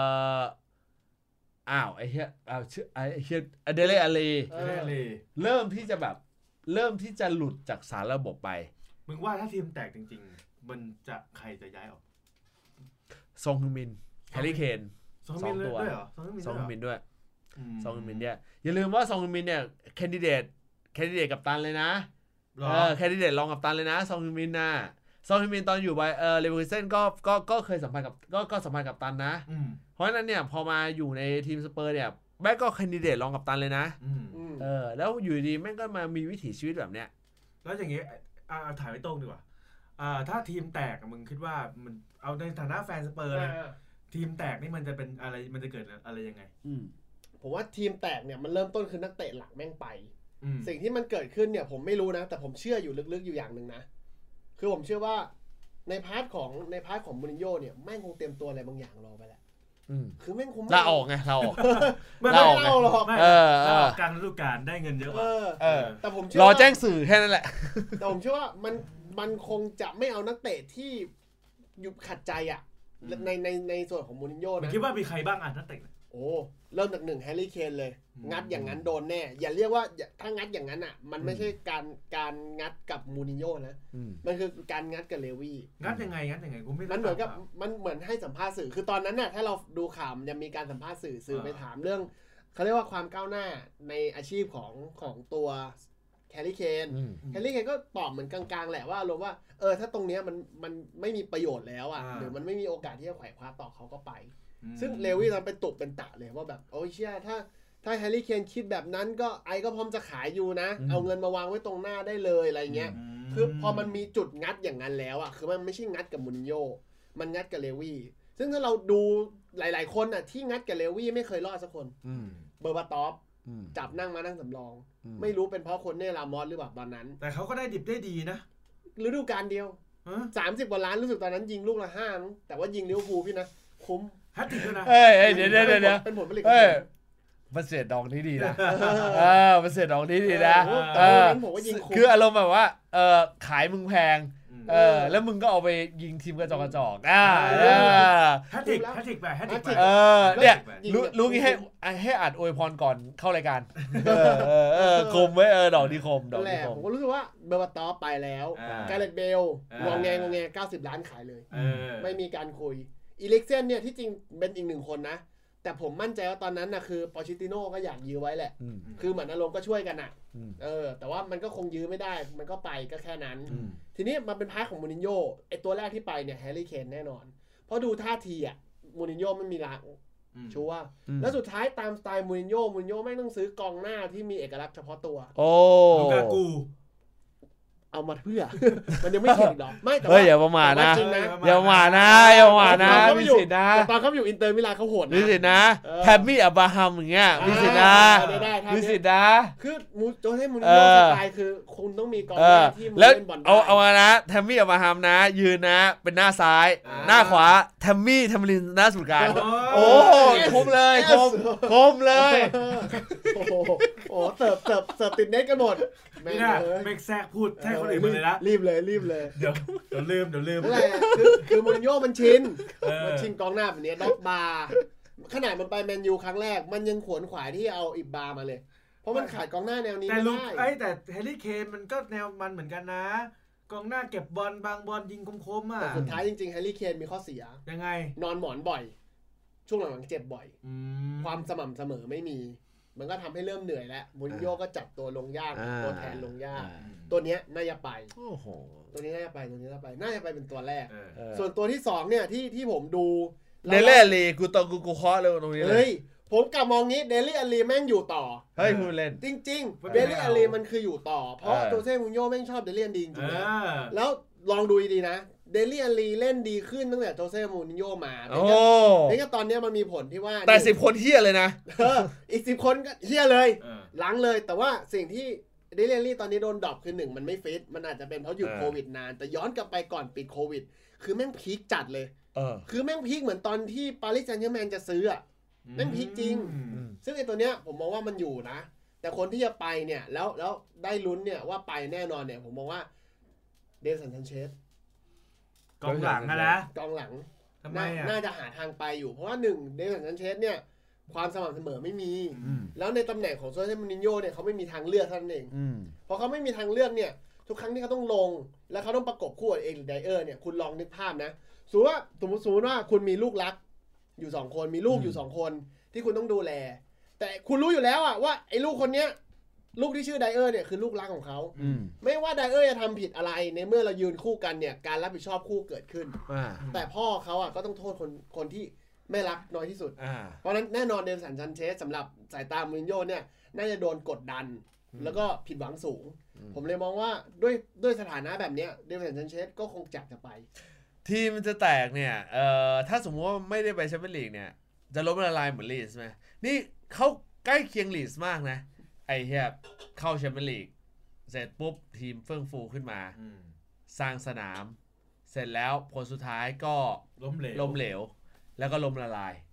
ไอ้เหี้ยเดเลอาลีเริ่มที่จะหลุดจากสารระบบไปมึงว่าถ้าทีมแตกจริงๆมันจะใครจะย้ายออกซงฮึงมินแฮร์รี่เคน2 ตัวซองฮึงมินด้วยซองฮึงมินเนี่ยอย่าลืมว่าซองฮึงมินเนี่ยแคนดิเดตกัปตันเลยนะแคนดิเดตรองกัปตันเลยนะซองฮึงมินนะซองฮึงมินตอนอยู่ไปเลเวอร์เซนก็เคยสัมพันธ์กับก็สัมพันธ์กัปตันนะเพราะฉะนั้นเนี่ยพอมาอยู่ในทีมสเปอร์เนี่ยแม่งก็แคนดิเดตรองกัปตันเลยนะแล้วอยู่ดีแม่งก็มามีวิถีชีวิตแบบเนี้ยแล้วอย่างเงี้ยถ่ายไว้ตรงดีกว่าถ้าทีมแตกมึงคิดว่ามันเอาในฐานะแฟนสเปอร์นะทีมแตกนี่มันจะเป็นอะไรมันจะเกิดอะไรยังไงผมว่าทีมแตกเนี่ยมันเริ่มต้นคือนักเตะหลักแม่งไปสิ่งที่มันเกิดขึ้นเนี่ยผมไม่รู้นะแต่ผมเชื่ออยู่ลึกๆอยู่อย่างนึงนะคือผมเชื่อว่าในพาร์ทของมูรินโญ่เนี่ยแม่งคงเตรียมตัวอะไรบางอย่างรอไปแหละคือแม่งคุ้มลาออกไงเราออกไม่หรอกกลางฤดูกาลได้เงินเยอะกว่าแต่ผมรอแจ้งสื่อแค่นั้นแหละแต่ผมเชื่อว่ามันคงจะไม่เอานักเตะที่อยู่ขัดใจอ่ะในส่วนของมูรินโญ่นะคิดว่ามีใครบ้างนักเตะโอ้เริ่มจาก1แฮร์รี่เคนเลยงัดอย่างนั้นโดนแน่อย่าเรียกว่าถ้างัดอย่างนั้นอ่ะมันไม่ใช่การงัดกับมูรินโญ่นะมันคือการงัดกับเลวี่งัดยังไงกูไม่มันเหมือนกับมันเหมือนให้สัมภาษณ์สื่อคือตอนนั้นน่ะถ้าเราดูข่าวจะมีการสัมภาษณ์สื่อไปถามเรื่องเขาเรียกว่าความก้าวหน้าในอาชีพของตัวแฮร์รี่เคนก็ตอบเหมือนกลางๆแหละว่าลงว่าถ้าตรงเนี้ยมันไม่มีประโยชน์แล้วอ่ะหรือมันไม่มีโอกาสที่จะไขว่คว้าต่อเขาก็ไปซึ่งเลวี่ตอนเป็นตุกเป็นตะเลยว่าแบบโอ้ยเชี่ยถ้าแฮร์รี่เคนคิดแบบนั้นก็ก็พร้อมจะขายอยู่นะเอาเงินมาวางไว้ตรงหน้าได้เลยอะไรเงี้ยคือพอมันมีจุดงัดอย่างนั้นแล้วอ่ะคือมันไม่ใช่งัดกับมูรินโญ่มันงัดกับเลวี่ซึ่งถ้าเราดูหลายๆคนอ่ะที่งัดกับเลวี่ไม่เคยรอดสักคนเบอร์บาตอฟจับนั่งสำรองไม่รู้เป็นเพราะคนเน่รามอสหรือเปล่าตอนนั้นแต่เขาก็ได้ดิบได้ดีนะฤดูกาลเดียว30 กว่าล้านรู้สึกตอนนั้นยิงลูกละ5แต่ว่ายิงลิเวอร์พูลพี่นะคุ้มฮัตติด้วยนะเดี๋ยวเป็นผลผลิตมันเสียดอกนี้ดีนะมันเสียดอกนี้ดีนะคืออารมณ์แบบว่าขายมึงแพงแล้วมึงก็เอาไปยิงทีมกระจอกแฮตติกไปเนี่ยรู้งี้ให้อ่านอวยพรก่อนเข้ารายการคมไว้ดอกดีคมดอกดีคมผมก็รู้สึกว่าเบอร์บาตอไปแล้วกาเลตเบลงง90 ล้านขายเลยไม่มีการคุยอีลิกเซนเนี่ยที่จริงเป็นอีก1 คนนะแต่ผมมั่นใจว่าตอนนั้นนะคือปอชิติโน่ก็อยากยื้อไว้แหละคือเหมือนอารมณ์ก็ช่วยกันอ่ะแต่ว่ามันก็คงยื้อไม่ได้มันก็ไปก็แค่นั้นทีนี้มันเป็นพาร์ทของมูรินโญ่ไอตัวแรกที่ไปเนี่ยแฮร์รี่เคนแน่นอนเพราะดูท่าทีอ่ะมูรินโญ่ไม่มีล้างชัวร์แล้วสุดท้ายตามสไตล์มูรินโญ่ไม่ต้องซื้อกองหน้าที่มีเอกลักษณ์เฉพาะตัวลูกากูเอามาเพื่อมันยังไม่เห็นหรอไม่แต่ว่าอย่าประมาทนะอย่าประมาทนะมีสิทธิ์นะตอนเขาอยู่อินเตอร์มิลานเขาโหดนะมีสิทธิ์นะแทมมี่อับราฮัมอย่างเงี้ยมีสิทธิ์นะมีสิทธิ์นะคือโจเซ่มูรินโญ่สไตล์คือคุณต้องมีกองหน้าที่เล่นบอลเอามานะแทมมี่อับราฮัมนะยืนนะเป็นหน้าซ้ายหน้าขวาแทมมี่ทำลินหน้าสุดกลางโอ้คมเลยคมเลยโอ้เสิร์ฟติดเน็ตกันหมดไม่ได้เมกแซกพูดแท้คนอื่นเลยนะรีบเลยเดี๋ยวลืมอะไรคือมูรินโญ่มันชินกองหน้าแบบนี้ด็อกบาร์ขนาดมันไปแมนยูครั้งแรกมันยังขวนขวายที่เอาอิบบามาเลยเพราะมันขาดกองหน้าแนวนี้ไม่ได้แต่แฮร์รี่เคนมันก็แนวมันเหมือนกันนะกองหน้าเก็บบอลบางบอลยิงคมๆอ่ะแต่สุดท้ายจริงๆแฮร์รี่เคนมีข้อเสียยังไงนอนหมอนบ่อยช่วงหลังๆเจ็บบ่อยความสม่ำเสมอไม่มีมันก็ทำให้เริ่มเหนื่อยแล้วมูรินโญ่ก็จับตัวลงยากตัวแทนลงยากตัวเนี้ยน่าจะไปตัวนี้น่าจะไปน่าจะไปเป็นตัวแรกส่วนตัวที่2เนี่ยที่ผมดูเดลลี่อาลีกูเคาะเลยตรงนี้เลยผมกลับมองงี้เดลลี่อาลีแม่งอยู่ต่อเฮ้ยพูดเล่นจริงๆเดลลี่อาลีมันคืออยู่ต่อเพราะโจเซ่มูรินโญ่แม่งชอบเดลลี่อาลีจริงๆแล้วลองดูดีนะเดลลี่อาลีเล่นดีขึ้นตั้งแต่โจเซ่มูรินโญ่มานี่ก็ตอนนี้มันมีผลที่ว่าแต่10 คนเฮี้ยเลยนะอีก10 คนก็เฮี้ยเลยหลังเลยแต่ว่าสิ่งที่เดลลี่อาลีตอนนี้โดนดรอปคือ1มันไม่ฟิตมันอาจจะเป็นเพราะอยู่โควิดนานแต่ย้อนกลับไปก่อนปิดโควิดคือแม่งพีคจัดเลยคือแม่งพีคเหมือนตอนที่ปารีสแซงต์แชร์แมงจะซื้ออ่ะแม่งพีคจริงซึ่งไอ้ตัวเนี้ยผมมองว่ามันอยู่นะแต่คนที่จะไปเนี่ยแล้วได้ลุ้นเนี่ยว่าไปแน่นอนเนี่ยผมมองว่าเดสัน ซันเชสกองหลังนะกองหลังทำไมน่าจะหาทางไปอยู่เพราะว่า1เดสัน ซันเชสเนี่ยความสม่ำเสมอไม่มีแล้วในตำแหน่งของโซเซ่มูรินโญ่เนี่ยเขาไม่มีทางเลือกเท่านั้นเองพอเขาไม่มีทางเลือกเนี่ยทุกครั้งที่เขาต้องลงแล้วเขาต้องประกบคู่กับเองหรือไดเออร์เนี่ยคุณลองนึกภาพนะสมมติว่าคุณมีลูกรักอยู่2 คนมีลูกอยู่2 คนที่คุณต้องดูแลแต่คุณรู้อยู่แล้วอะว่าไอ้ลูกคนเนี้ยลูกที่ชื่อไดเออร์เนี่ยคือลูกรักของเขาไม่ว่าไดเออร์จะทำผิดอะไรในเมื่อเรายืนคู่กันเนี่ยการรับผิดชอบคู่เกิดขึ้นแต่พ่อเขาอ่ะก็ต้องโทษคนที่ไม่รักน้อยที่สุดเพราะนั้นแน่นอนเดสัน ซันเชสสำหรับสายตามูรินโญ่เนี่ยน่าจะโดนกดดันแล้วก็ผิดหวังสูงผมเลยมองว่าด้วยสถานะแบบเนี้ยเดสัน ซันเชสก็คงจักจะไปทีมมันจะแตกเนี่ยถ้าสมมติว่าไม่ได้ไปแชมเปี้ยนลีกเนี่ยจะล้มละลายเหมือนลีดส์ไหมนี่เขาใกล้เคียงลีดส์มากนะไอ้เหี้ยเข้าแชมเปี้ยนลีกเสร็จปุ๊บทีมเฟื่องฟูขึ้นมาสร้างสนามเสร็จแล้วผลสุดท้ายก็ล้มเหลวแล้วก็ล้มละลาย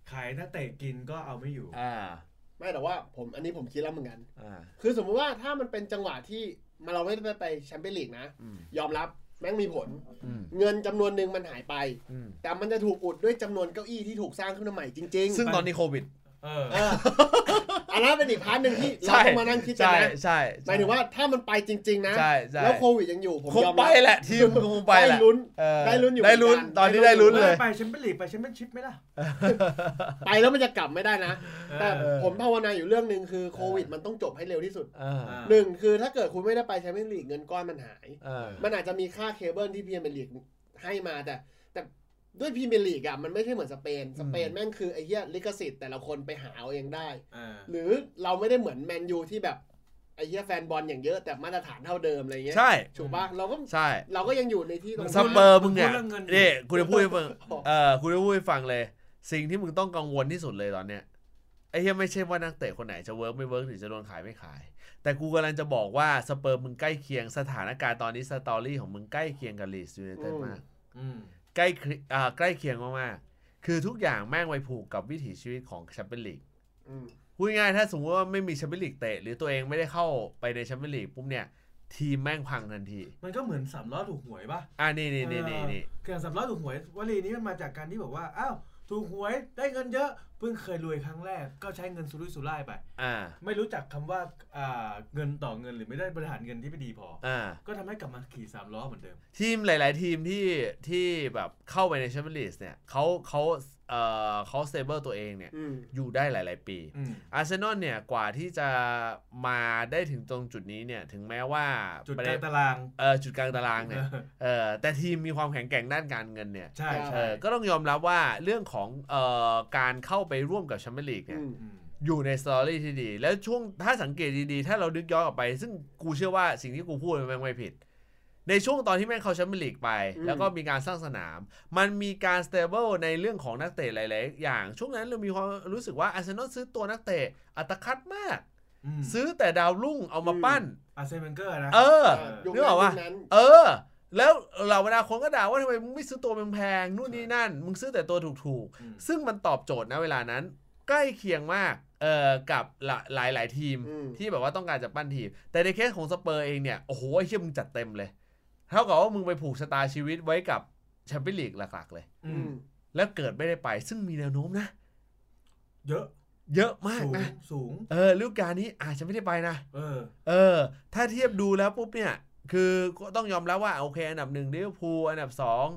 ขายนักเตะกินก็เอาไม่อยู่ไม่แต่ว่าอันนี้ผมคิดแล้วเหมือนกันคือสมมติว่าถ้ามันเป็นจังหวะที่เราไม่ได้ไปแชมเปี้ยนลีกนะยอมรับแม่งมีผลเงินจำนวนหนึ่งมันหายไปแต่มันจะถูกอุดด้วยจำนวนเก้าอี้ที่ถูกสร้างขึ้นมาใหม่จริงๆซึ่งตอนนี้โควิดอันนั้นเป็นอีกพาร์ทหนึ่งที่เราต้องมานั่งคิดกันนะใช่หมายถึงว่าถ้ามันไปจริงๆนะแล้วโควิดยังอยู่ผมยอมไปแหละทีมคงไปแหละได้ลุ้นอยู่ได้ลุ้นตอนนี้ได้ลุ้นเลยไปแชมเปี้ยนลีกไปแชมเปี้ยนชิพไหมล่ะไปแล้วมันจะกลับไม่ได้นะแต่ผมภาวนาอยู่เรื่องนึงคือโควิดมันต้องจบให้เร็วที่สุดหนึ่งคือถ้าเกิดคุณไม่ได้ไปแชมเปี้ยนลีกเงินก้อนมันหายมันอาจจะมีค่าเคเบิลที่พรีเมียร์ลีกให้มาแต่ด้วยพรีเมียร์ลีกมันไม่ใช่เหมือนสเปนแม่งคือไอ้เหี้ยลิขสิทธิ์แต่ละคนไปหาเอาเองได้หรือเราไม่ได้เหมือนแมนยูที่แบบไอ้เหี้ยแฟนบอลอย่างเยอะแต่มาตรฐานเท่าเดิมอะไรเงี้ยใช่ถูกป่ะเราก็ยังอยู่ในที่ตรงสเปอร์มึงเนี่ยนี่คุณจะพูดให้ฟังคุณจะพูดให้ฟังเลยสิ่งที่มึงต้องกังวลที่สุดเลยตอนเนี้ยไอ้เหี้ยไม่ใช่ว่านักเตะคนไหนจะเวิร์กไม่เวิร์กหรือจะโดนขายไม่ขายแต่กูกำลังจะบอกว่าสเปอร์มึงใกล้เคียงสถานการณ์ตอนนี้สตอรี่ของมึงใกล้เคียงกับลีดส์ยูไนเต็ดมากใกล้เคียงมากๆคือทุกอย่างแม่งไปผูกกับวิถีชีวิตของแชมเปี้ยนลีกพูดง่ายถ้าสมมติว่าไม่มีแชมเปี้ยนลีกเตะหรือตัวเองไม่ได้เข้าไปในแชมเปี้ยนลีกปุ๊บเนี่ยทีมแม่งพังทันทีมันก็เหมือน3ล้อถูกหวยป่ะนี่คือ3ล้อถูกหวยวลีนี้มันมาจากการที่บอกว่าอ้าวถูกหวยได้เงินเยอะเพิ่งเคยรวยครั้งแรกก็ใช้เงินสุรุ่ยสุร่ายไปไม่รู้จักคำว่าเงินต่อเงินหรือไม่ได้บริหารเงินที่ไม่ดีพอก็ทำให้กลับมาขี่3ล้อเหมือนเดิมทีมหลายๆทีมที่แบบเข้าไปในแชมเปี้ยนลีกเนี่ยเขาสเตเบิลตัวเองเนี่ยอยู่ได้หลายๆปีอาร์เซนอลเนี่ยกว่าที่จะมาได้ถึงตรงจุดนี้เนี่ยถึงแม้ว่าจุดกลางตารางจุดกลางตารางเนี่ยแต่ทีมมีความแข็งแกร่งด้านการเงินเนี่ยใช่ก็ต้องยอมรับว่าเรื่องของการเข้าไปร่วมกับแชมเปี้ยนลีกเนี่ยอยู่ในสตอรี่ที่ดีแล้วช่วงถ้าสังเกตดีๆถ้าเราดึกย้อนออกไปซึ่งกูเชื่อว่าสิ่งที่กูพูดมันไม่ผิดในช่วงตอนที่แม่งเข้าแชมเปี้ยนลีกไปแล้วก็มีการสร้างสนามมันมีการสเตเบิลในเรื่องของนักเตะหลายๆอย่างช่วงนั้นเรามีความรู้สึกว่าอาร์เซนอลซื้อตัวนักเตะอัตคัดมากซื้อแต่ดาวรุ่งเอามาปั้นอาร์เซนเวนเกอร์นะนึกออกว่าแล้วเราเวลาคนก็ด่าว่าทำไมมึงไม่ซื้อตัวแพงๆนู่นนี่นั่นมึงซื้อแต่ตัวถูกๆซึ่งมันตอบโจทย์นะเวลานั้นใกล้เคียงมากกับหลายทีมที่แบบว่าต้องการจะปั้นทีมแต่ในเคสของสเปอร์เองเนี่ยโอ้โหไอ้เชี่ยมึงจัดเต็มเลยเท่ากับว่ามึงไปผูกชะตาชีวิตไว้กับแชมเปี้ยนลีกหลักๆเลยแล้วเกิดไม่ได้ไปซึ่งมีแนวโน้มนะเยอะมากนะสูงฤดูกาลนี้อาจจะไม่ได้ไปนะถ้าเทียบดูแล้วปุ๊บเนี่ยคือก็ต้องยอมรับว่าโอเคอันดับ1ลิเวอร์พูลอันดับ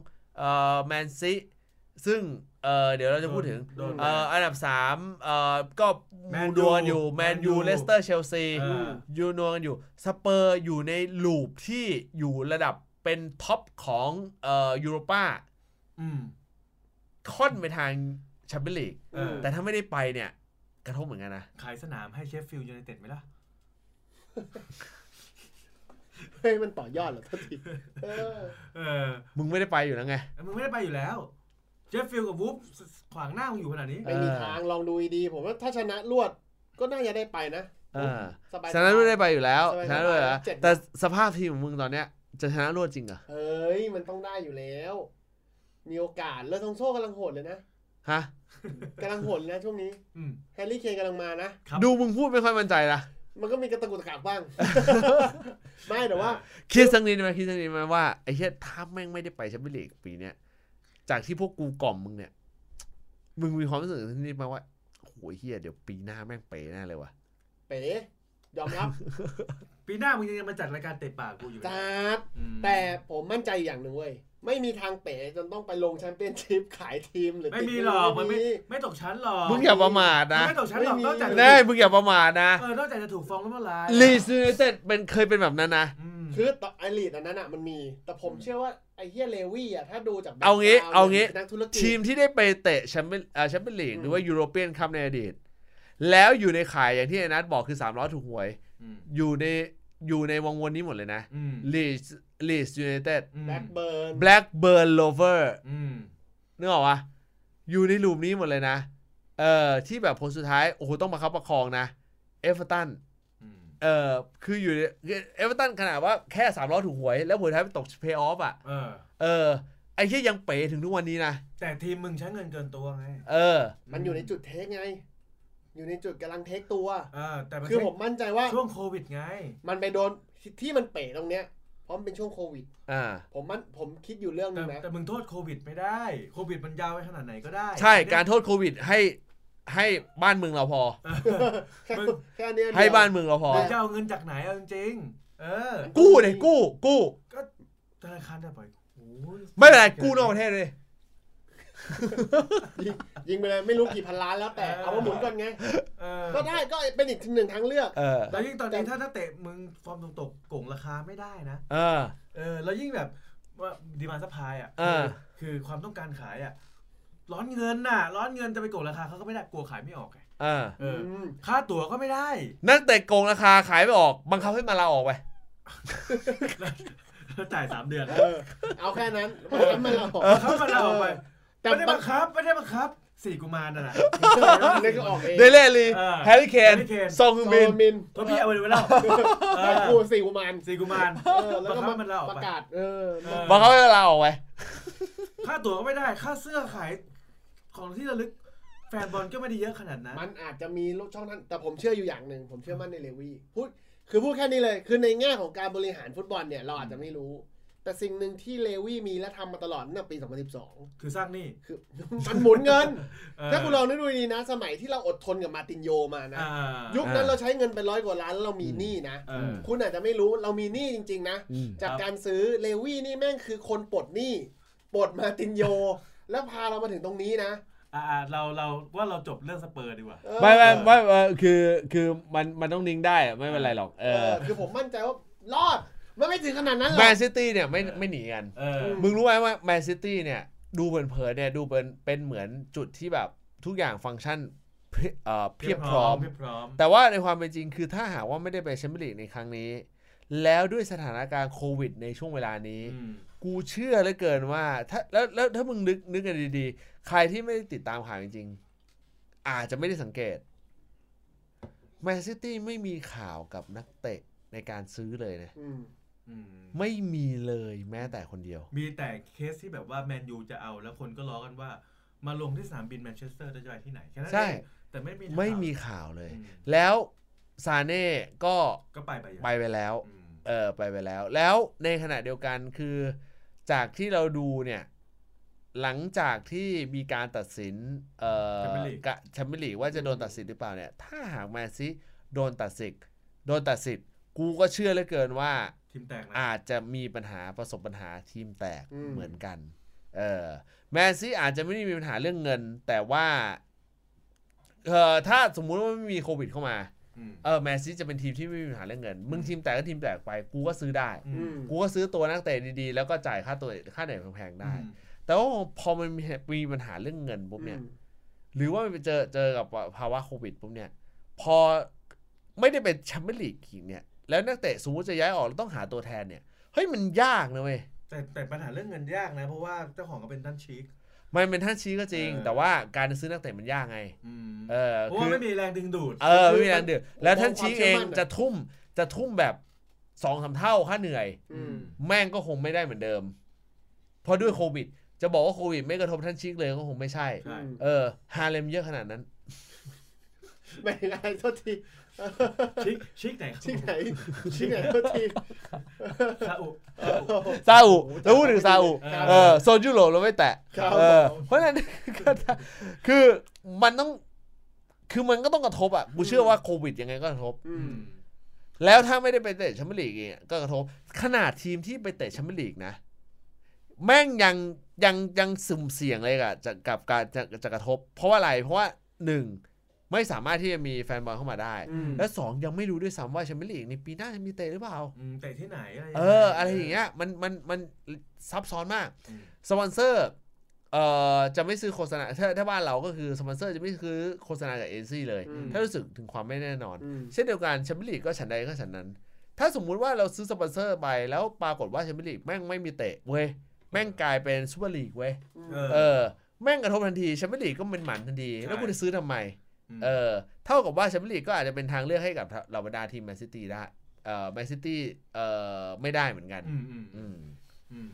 2แมนซีซึ่งเดี๋ยวเราจะพูดถึงอันดับ3ก็มูดวลอยู่แมนยูเลสเตอร์เชลซียูนวลกันอยู่สเปอร์อยู่ในลูปที่อยู่ระดับเป็นท็อปของยูโรป้าค่อนไปทางแชมเปี้ยนลีกแต่ถ้าไม่ได้ไปเนี่ยกระทบเหมือนกันนะขายสนามให้เชฟฟิลด์ยูไนเต็ดไหมล่ะเฮ้ยมันต่อยอดเหรอทุกทีมึงไม่ได้ไปอยู่แล้วไงมึงไม่ได้ไปอยู่แล้วเจฟฟิลด์กับวูฟขวางหน้ามึงอยู่ขนาดนี้ไม่มีทางลองดูดีผมว่าถ้าชนะรวดก็น่าจะได้ไปนะชนะรวดได้ไปอยู่แล้วชนะรวดแล้วแต่สภาพทีมของมึงตอนเนี้ยจะชนะรวดจริงเหรอเฮ้ยมันต้องได้อยู่แล้วมีโอกาสแล้วทงโซ่กำลังโหดเลยนะฮะกำลังโหดนะช่วงนี้แฮร์รี่เคนกำลังมานะดูมึงพูดไม่ค่อยมั่นใจนะมันก็มีกระตุกตะกากบ้างไม่แต่ว่าคิดสักนิดไหมว่าไอ้เหี้ยถ้าแม่งไม่ได้ไปแชมเปี้ยนลีกปีเนี้ยจากที่พวกกูกล่อมมึงเนี่ยมึงมีความรู้สึกนิดไหมว่าโหเหี้ยเดี๋ยวปีหน้าแม่งเป๋แน่เลยว่ะเป๋ยอมรับปีหน้ามึงยังมาจัดรายการเตะปากกูอยู่จัดแต่ผมมั่นใจอย่างนึงเว้ยไม่มีทางเป๋จนต้องไปลงแชมเปี้ยนชิพขายทีมหรือไม่มีหรอกมันไม่ตกชั้นหรอกมึงอย่าประมาทนะไม่ตกชั้นหรอกนอกจากมึงอย่าประมาทนะนอกจากจะถูกฟ้องล้มละลายลีดส์ยูไนเต็ดเคยเป็นแบบนั้นนะคือไอลีดอันนั้นมันมีแต่ผมเชื่อว่าไอเฮียเลวี่ถ้าดูจากเอางี้ทีมที่ได้ไปเตะแชมเปี้ยนลีกหรือว่ายูโรเปียนคัพในอดีตแล้วอยู่ในข่ายอย่างที่ไอ้นัทบอกคือ300ถูกหวยอยู่ในวงวนนี้หมดเลยนะลีดส์ยูไนเต็ดแบล็กเบิร์นโลเวอร์นึกออกปะอยู่ในลูปนี้หมดเลยนะที่แบบผลสุดท้ายโอ้โหต้องมาคับประคองนะเอเวอร์ตันคืออยู่เอเวอร์ตันขนาดว่าแค่300ถูกหวยแล้วผลท้ายไปตกเพลย์ออฟอ่ะไอ้ที่ยังเป๋ถึงทุกวันนี้นะแต่ทีมมึงใช้เงินเกินตัวไงมันอยู่ในจุดเทคไงอยู่ในจุดกำลังเทคตัวแต่คือผมมั่นใจว่าช่วงโควิดไงมันไปโดนที่มันเป๋ตรงเนี้ยเพราะมันเป็นช่วงโควิดผมคิดอยู่เรื่องนึงนะแต่มึงโทษโควิดไม่ได้โควิดมันยาวไปขนาดไหนก็ได้ใช่การโทษโควิดให้บ้านเมืองเราพอแค่นี้ให้บ้านเมืองเราพอจะเอาเงินจากไหนเอาจริงกู้เลยกู้ก็ธนาคารจะปล่อยไม่เป็นไรกู้นอกประเทศเลยยิงไปเลยไม่รู้กี่พันล้านแล้วแต่เอามาหมุนก่อนไงก็ได้ก็เป็นอีกหนึ่งทางเลือกแล้วยิ่งตอนนี้ถ้าเตะมึงฟอร์มตกโก่งราคาไม่ได้นะแล้วยิ่งแบบว่าดีมานด์ซัพพลายคือความต้องการขายร้อนเงินจะไปโกงราคาเขาก็ไม่ได้กลัวขายไม่ออกไงค่าตั๋วก็ไม่ได้นักเตะโกงราคาขายไม่ออกบังคับให้มาลาออกไปจ่าย3 เดือนเอาแค่นั้นมันลาออกเขามาลาออกไปแต่ไม่ได้บังคับ4 กุมารน่ะเดเล่ลีแฮร์รี่เคนซองฮึงมินตัวพี่เอาไปแล้วกู4 กุมารแล้วก็มันลาออกประกาศบังคับให้ลาออกไปค่าตั๋วก็ไม่ได้ค่าเสื้อขายของที่ระลึกแฟนบอลก็ไม่ได้เยอะขนาดนั้นมันอาจจะมีช่องนั้นแต่ผมเชื่ออยู่อย่างหนึ่งผมเชื่อมั่นในเลวี่พูดแค่นี้เลยคือในแง่ของการบริหารฟุตบอลเนี่ยเราอาจจะไม่รู้แต่สิ่งหนึ่งที่เลวี่มีและทำมาตลอดตั้งแต่ปี2012 คือสร้างหนี้คือมันหมุนเงินถ้าคุณลองนึกดูดีนะสมัยที่เราอดทนกับมาตินโยมานะยุคนั้นเราใช้เงินเป็น100 กว่าล้านแล้วเรามีหนี้นะคุณอาจจะไม่รู้เรามีหนี้จริงๆนะจากการซื้อเลวี่นี่แม่งคือคนปลดหนี้ปลดมาตินโยแล้วพาเรามาถึงตรงนี้นะเราว่าเราจบเรื่องสเปอร์ดีกว่าไม่คือมันต้องนิ่งได้ไม่เป็นไรหรอกคือผมมั่นใจว่ารอดไม่ถึงขนาดนั้นหรอกแมนซิตี้เนี่ยไม่หนีกันมึงรู้ไหมว่าแมนซิตี้เนี่ยดูเผินๆเนี่ยดูเป็นเหมือนจุดที่แบบทุกอย่างฟังก์ชันเพียบพร้อมแต่ว่าในความเป็นจริงคือถ้าหากว่าไม่ได้ไปแชมเปี้ยนลีกในครั้งนี้แล้วด้วยสถานการณ์โควิดในช่วงเวลานี้กูเชื่อเหลือเกินว่าถ้าแล้วถ้ามึงนึกกันดีๆใครที่ไม่ได้ติดตามข่าวจริงๆอาจจะไม่ได้สังเกตแมนซิตี้ไม่มีข่าวกับนักเตะในการซื้อเลยนะไม่มีเลยแม้แต่คนเดียวมีแต่เคสที่แบบว่าแมนยูจะเอาแล้วคนก็ล้อกันว่ามาลงที่สนามบินแมนเชสเตอร์จะไปที่ไหนแค่นั้นเองแต่ไม่มีข่าวเลยแล้วซาเน่ก็ไปแล้วไปแล้วแล้วในขณะเดียวกันคือจากที่เราดูเนี่ยหลังจากที่มีการตัดสินแชมเปี้ยนลีกว่าจะโดนตัดสินหรือเปล่าเนี่ยถ้าหากแมนซีโดนตัดสินกูก็เชื่อเหลือเกินว่าทีมแตกอาจจะมีประสบปัญหาทีมแตกเหมือนกันแมนซีอาจจะไม่ได้มีปัญหาเรื่องเงินแต่ว่าถ้าสมมุติว่าไม่มีโควิดเข้ามาแมนซีจะเป็นทีมที่ไม่มีปัญหาเรื่องเงินมึงทีมแตกก็ทีมแตกไปกูก็ซื้อได้กูก็ซื้อตัวนักเตะดีๆแล้วก็จ่ายค่าเหนื่อยแพงๆได้แต่ว่าพอมันมีปัญหาเรื่องเงินปุ๊บเนี่ยหรือว่ามันไปเจอกับภาวะโควิดปุ๊บเนี่ยพอไม่ได้เป็นแชมเปี้ยนลีกอีกเนี่ยแล้วนักเตะสมมติจะย้ายออกแล้วต้องหาตัวแทนเนี่ยเฮ้ยมันยากนะเว้ยแต่ปัญหาเรื่องเงินยากนะเพราะว่าเจ้าของก็เป็นท่านชีคมันเป็นท่านชี้ก็จริงแต่ว่าการซื้อนักเตะมันยากไงเพราะว่าไม่มีแรงดึงดูดไม่มีแรงดึงแล้วท่านชี้เองจะทุ่มแบบ 2-3 เท่าค่าเหนื่อยแม่งก็คงไม่ได้เหมือนเดิมเพราะด้วยโควิดจะบอกว่าโควิดไม่กระทบท่านชี้เลยก็คงไม่ใช่ฮาเลมเยอะขนาดนั้นไม่ได้โทษทีชิกไหนโทษทีซาอุแล้วพูดถึงซาอุโซนยุโรปเราไม่แตะเพราะนั้นคือมันต้องคือมันก็ต้องกระทบอ่ะกูเชื่อว่าโควิดยังไงก็กระทบแล้วถ้าไม่ได้ไปเตะแชมเปี้ยนลีกก็กระทบขนาดทีมที่ไปเตะแชมเปี้ยนลีกนะแม่งยังสุ่มเสี่ยงเลยกับการจะกระทบเพราะว่าอะไรเพราะว่า1ไม่สามารถที่จะมีแฟนบอลเข้ามาได้และ2ยังไม่รู้ด้วยซ้ำว่าแชมเปี้ยนลีกในปีหน้าจะมีเตะหรือเปล่าเตะที่ไหนอะไรอย่างเงี้ยมันซับซ้อนมากสปอนเซอร์จะไม่ซื้อโฆษณาถ้าบ้านเราก็คือสปอนเซอร์จะไม่ซื้อโฆษณาจากเอเจนซี่เลยถ้ารู้สึกถึงความไม่แน่นอนเช่นเดียวกันแชมเปี้ยนลีกก็ฉันใดก็ฉันนั้นถ้าสมมุติว่าเราซื้อสปอนเซอร์ไปแล้วปรากฏว่าแชมเปี้ยนลีกแม่งไม่มีเตะเว้ยแม่งกลายเป็นซูเปอร์ลีกเว้ยแม่งกระทบทันทีแชมเปี้ยนลีกก็เป็นหมันทันทีแล้วคุณจะซื้อทำไมเท่ากับว่าแชมเปี้ยนลีกก็อาจจะเป็นทางเลือกให้กับเหล่าบรรดาทีมแมนซิตี้ได้แมนซิตี้ไม่ได้เหมือนกัน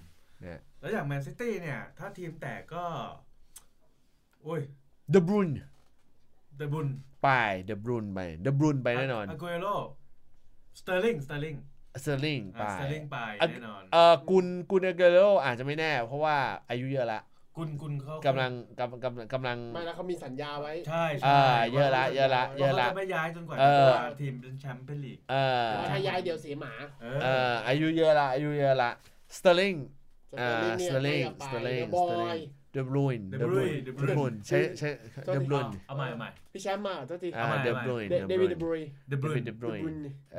แล้วอย่างแมนซิตี้เนี่ยถ้าทีมแตกก็โอ้ยเดบรูนไปเดบรูนไปแน่นอนอากูเอโรสเตอร์ลิงไปแน่นอนกุนเอเกโรอาจจะไม่แน่เพราะว่าอายุเยอะละกุนเขากำลังไม่แล้วเขามีสัญญาไว้ใช่เยอะละเขาจะไม่ย้ายจนกว่าจะทีมเป็นแชมเปี้ยนลีกถ้าย้ายเดี๋ยวเสียหมาอายุเยอะละสเตอร์ลิงเดบรูนใช้เดบรูนเอาใหม่พี่แชมป์มาตัวทีเดบรูนเดวิดเดบรูน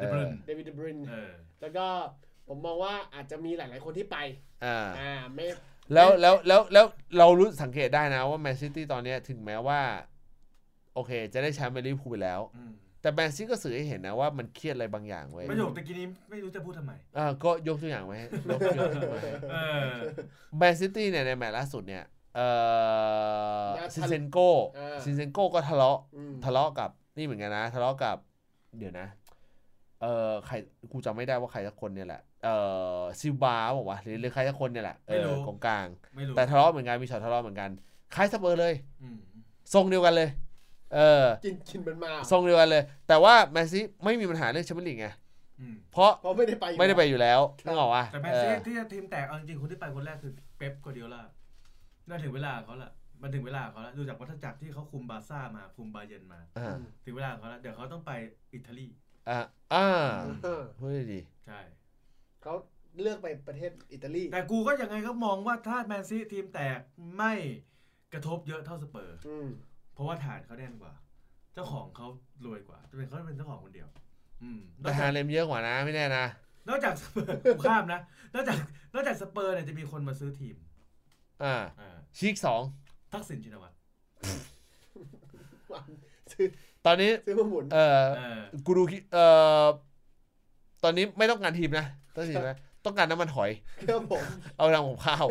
แล้วก็ผมมองว่าอาจจะมีหลายๆคนที่ไปไม่แล้วเรารู้สังเกตได้นะว่าแมนซิตี้ตอนนี้ถึงแม้ว่าโอเคจะได้แชมป์ลิเวอร์พูลไปแล้วแต่แมนซิตี้ก็สื่อให้เห็นนะว่ามันเครียดอะไรบางอย่างไว้ประโยคตะกี้นี้ไม่รู้จะพูดทำไมก็ยกตัวอย่างไว้แมนซิตี้เนี่ยในแมตช์ล่าสุดเนี่ยซินเซนโก้ก็ทะเลาะกับนี่เหมือนกันนะทะเลาะกับเดี๋ยวนะใครกูจำไม่ได้ว่าใครสักคนเนี่ยแหละซิลบาบอกว่าหรือใครสักคนเนี่ยแหละของกลางแต่ทะเลาะเหมือนกันมีช็อตทะเลาะเหมือนกันคล้ายสเปอร์เลยทรงเดียวกันเลยกินมันมาทรงเดียวกันเลยแต่ว่าแมนซีไม่มีปัญหาเรื่องแชมเปี้ยนลีกไงเพราะไม่ได้ไปอยู่แล้วนึกออกป่ะแต่แมนซีที่ทีมแตกเอาจริงคนที่ไปคนแรกคือเป๊ปกัวร์ดิโอลาน่าถึงเวลาเขาละมันถึงเวลาเขาแล้วดูจากวัฏจักรที่เขาคุมบาร์ซ่ามาคุมบาเยิร์นมาถึงเวลาเขาแล้วเดี๋ยวเขาต้องไปอิตาลีพูดดีใช่เขาเลือกไปประเทศอิตาลีแต่กูก็ยังไงก็มองว่าถ้าแมนซีทีมแตกไม่กระทบเยอะเท่าสเปอร์เพราะว่าฐานเขาแน่นกว่าเจ้าของเขารวยกว่าจะเป็นเขาเป็นเจ้าของคนเดียวแต่ฮาเลมเยอะกว่านะไม่แน่นะนอกจากสเปอร์กูข้ามนะนอกจากสเปอร์เนี่ยจะมีคนมาซื้อทีมชีก2 ทักษิณชินวัตรตอนนี้ซื้อมาหมุนกูดูตอนนี้ไม่ต้องการทีมนะต้องการน้ำมันหอยครับผมเอาทำของข้าว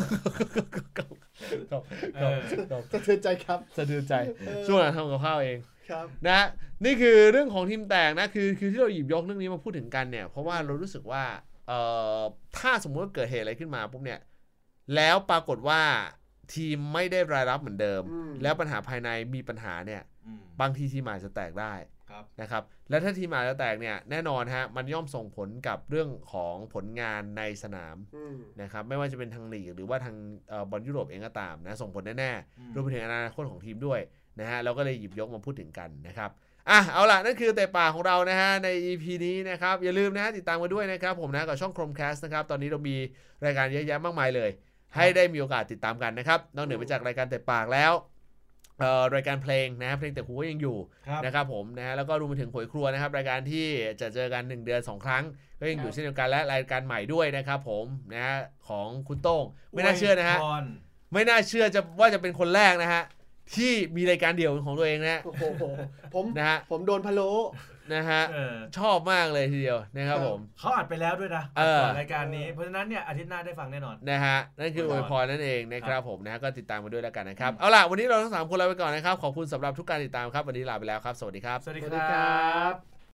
สะเทือนใจครับสะเทือนใจช่วงหลังทำกับข้าวเองครับนะนี่คือเรื่องของทีมแตกนะคือที่เราหยิบยกเรื่องนี้มาพูดถึงกันเนี่ยเพราะว่าเรารู้สึกว่าถ้าสมมติว่าเกิดเหตุอะไรขึ้นมาปุ๊บเนี่ยแล้วปรากฏว่าทีมไม่ได้รายรับเหมือนเดิมแล้วปัญหาภายในมีปัญหาเนี่ยบางทีทีมอาจจะแตกได้นะครับและถ้าทีมอาจจะแตกเนี่ยแน่นอนฮะมันย่อมส่งผลกับเรื่องของผลงานในสนามนะครับไม่ว่าจะเป็นทางลีกหรือว่าทางบอลยุโรปเองก็ตามนะส่งผลแน่ๆรวมไปถึงอนาคตของทีมด้วยนะฮะเราก็เลยหยิบยกมาพูดถึงกันนะครับเอาล่ะนั่นคือแต่ป่าของเรานะฮะใน EP นี้นะครับอย่าลืมนะฮะติดตามกันด้วยนะครับผมนะกับช่อง Chromecast นะครับตอนนี้เรามีรายการเยอะแยะมากมายเลยให้ได้มีโอกาสติดตามกันนะครับนอกเหนือไปจากรายการแต่ปากแล้วรายการเพลงนะเพลงแต่หูก็ยังอยู่นะครับผมนะฮะแล้วก็รวมไปถึงหวยครัวนะครับรายการที่จะเจอกัน1เดือน2ครั้งก็ยังอยู่เช่นเดียวกันและรายการใหม่ด้วยนะครับผมนะฮะของคุณโต้งไม่น่าเชื่อนะฮะไม่น่าเชื่อว่าจะเป็นคนแรกนะฮะที่มีรายการเดี่ยวของตัวเองนะผมโดนพะโล้นะฮะชอบมากเลยทีเดียวนะครับผมเขาอัดไปแล้วด้วยนะก่อนรายการนี้เพราะฉะนั้นเนี่ยอาทิตย์หน้าได้ฟังแน่นอนนะฮะนั่นคืออวยพรนั่นเองนะครับผมนะก็ติดตามมาด้วยแล้วกันนะครับเอาล่ะวันนี้เราทั้ง3คนลาไปก่อนนะครับขอบคุณสำหรับทุกการติดตามครับวันนี้ลาไปแล้วครับสวัสดีครับสวัสดีครับ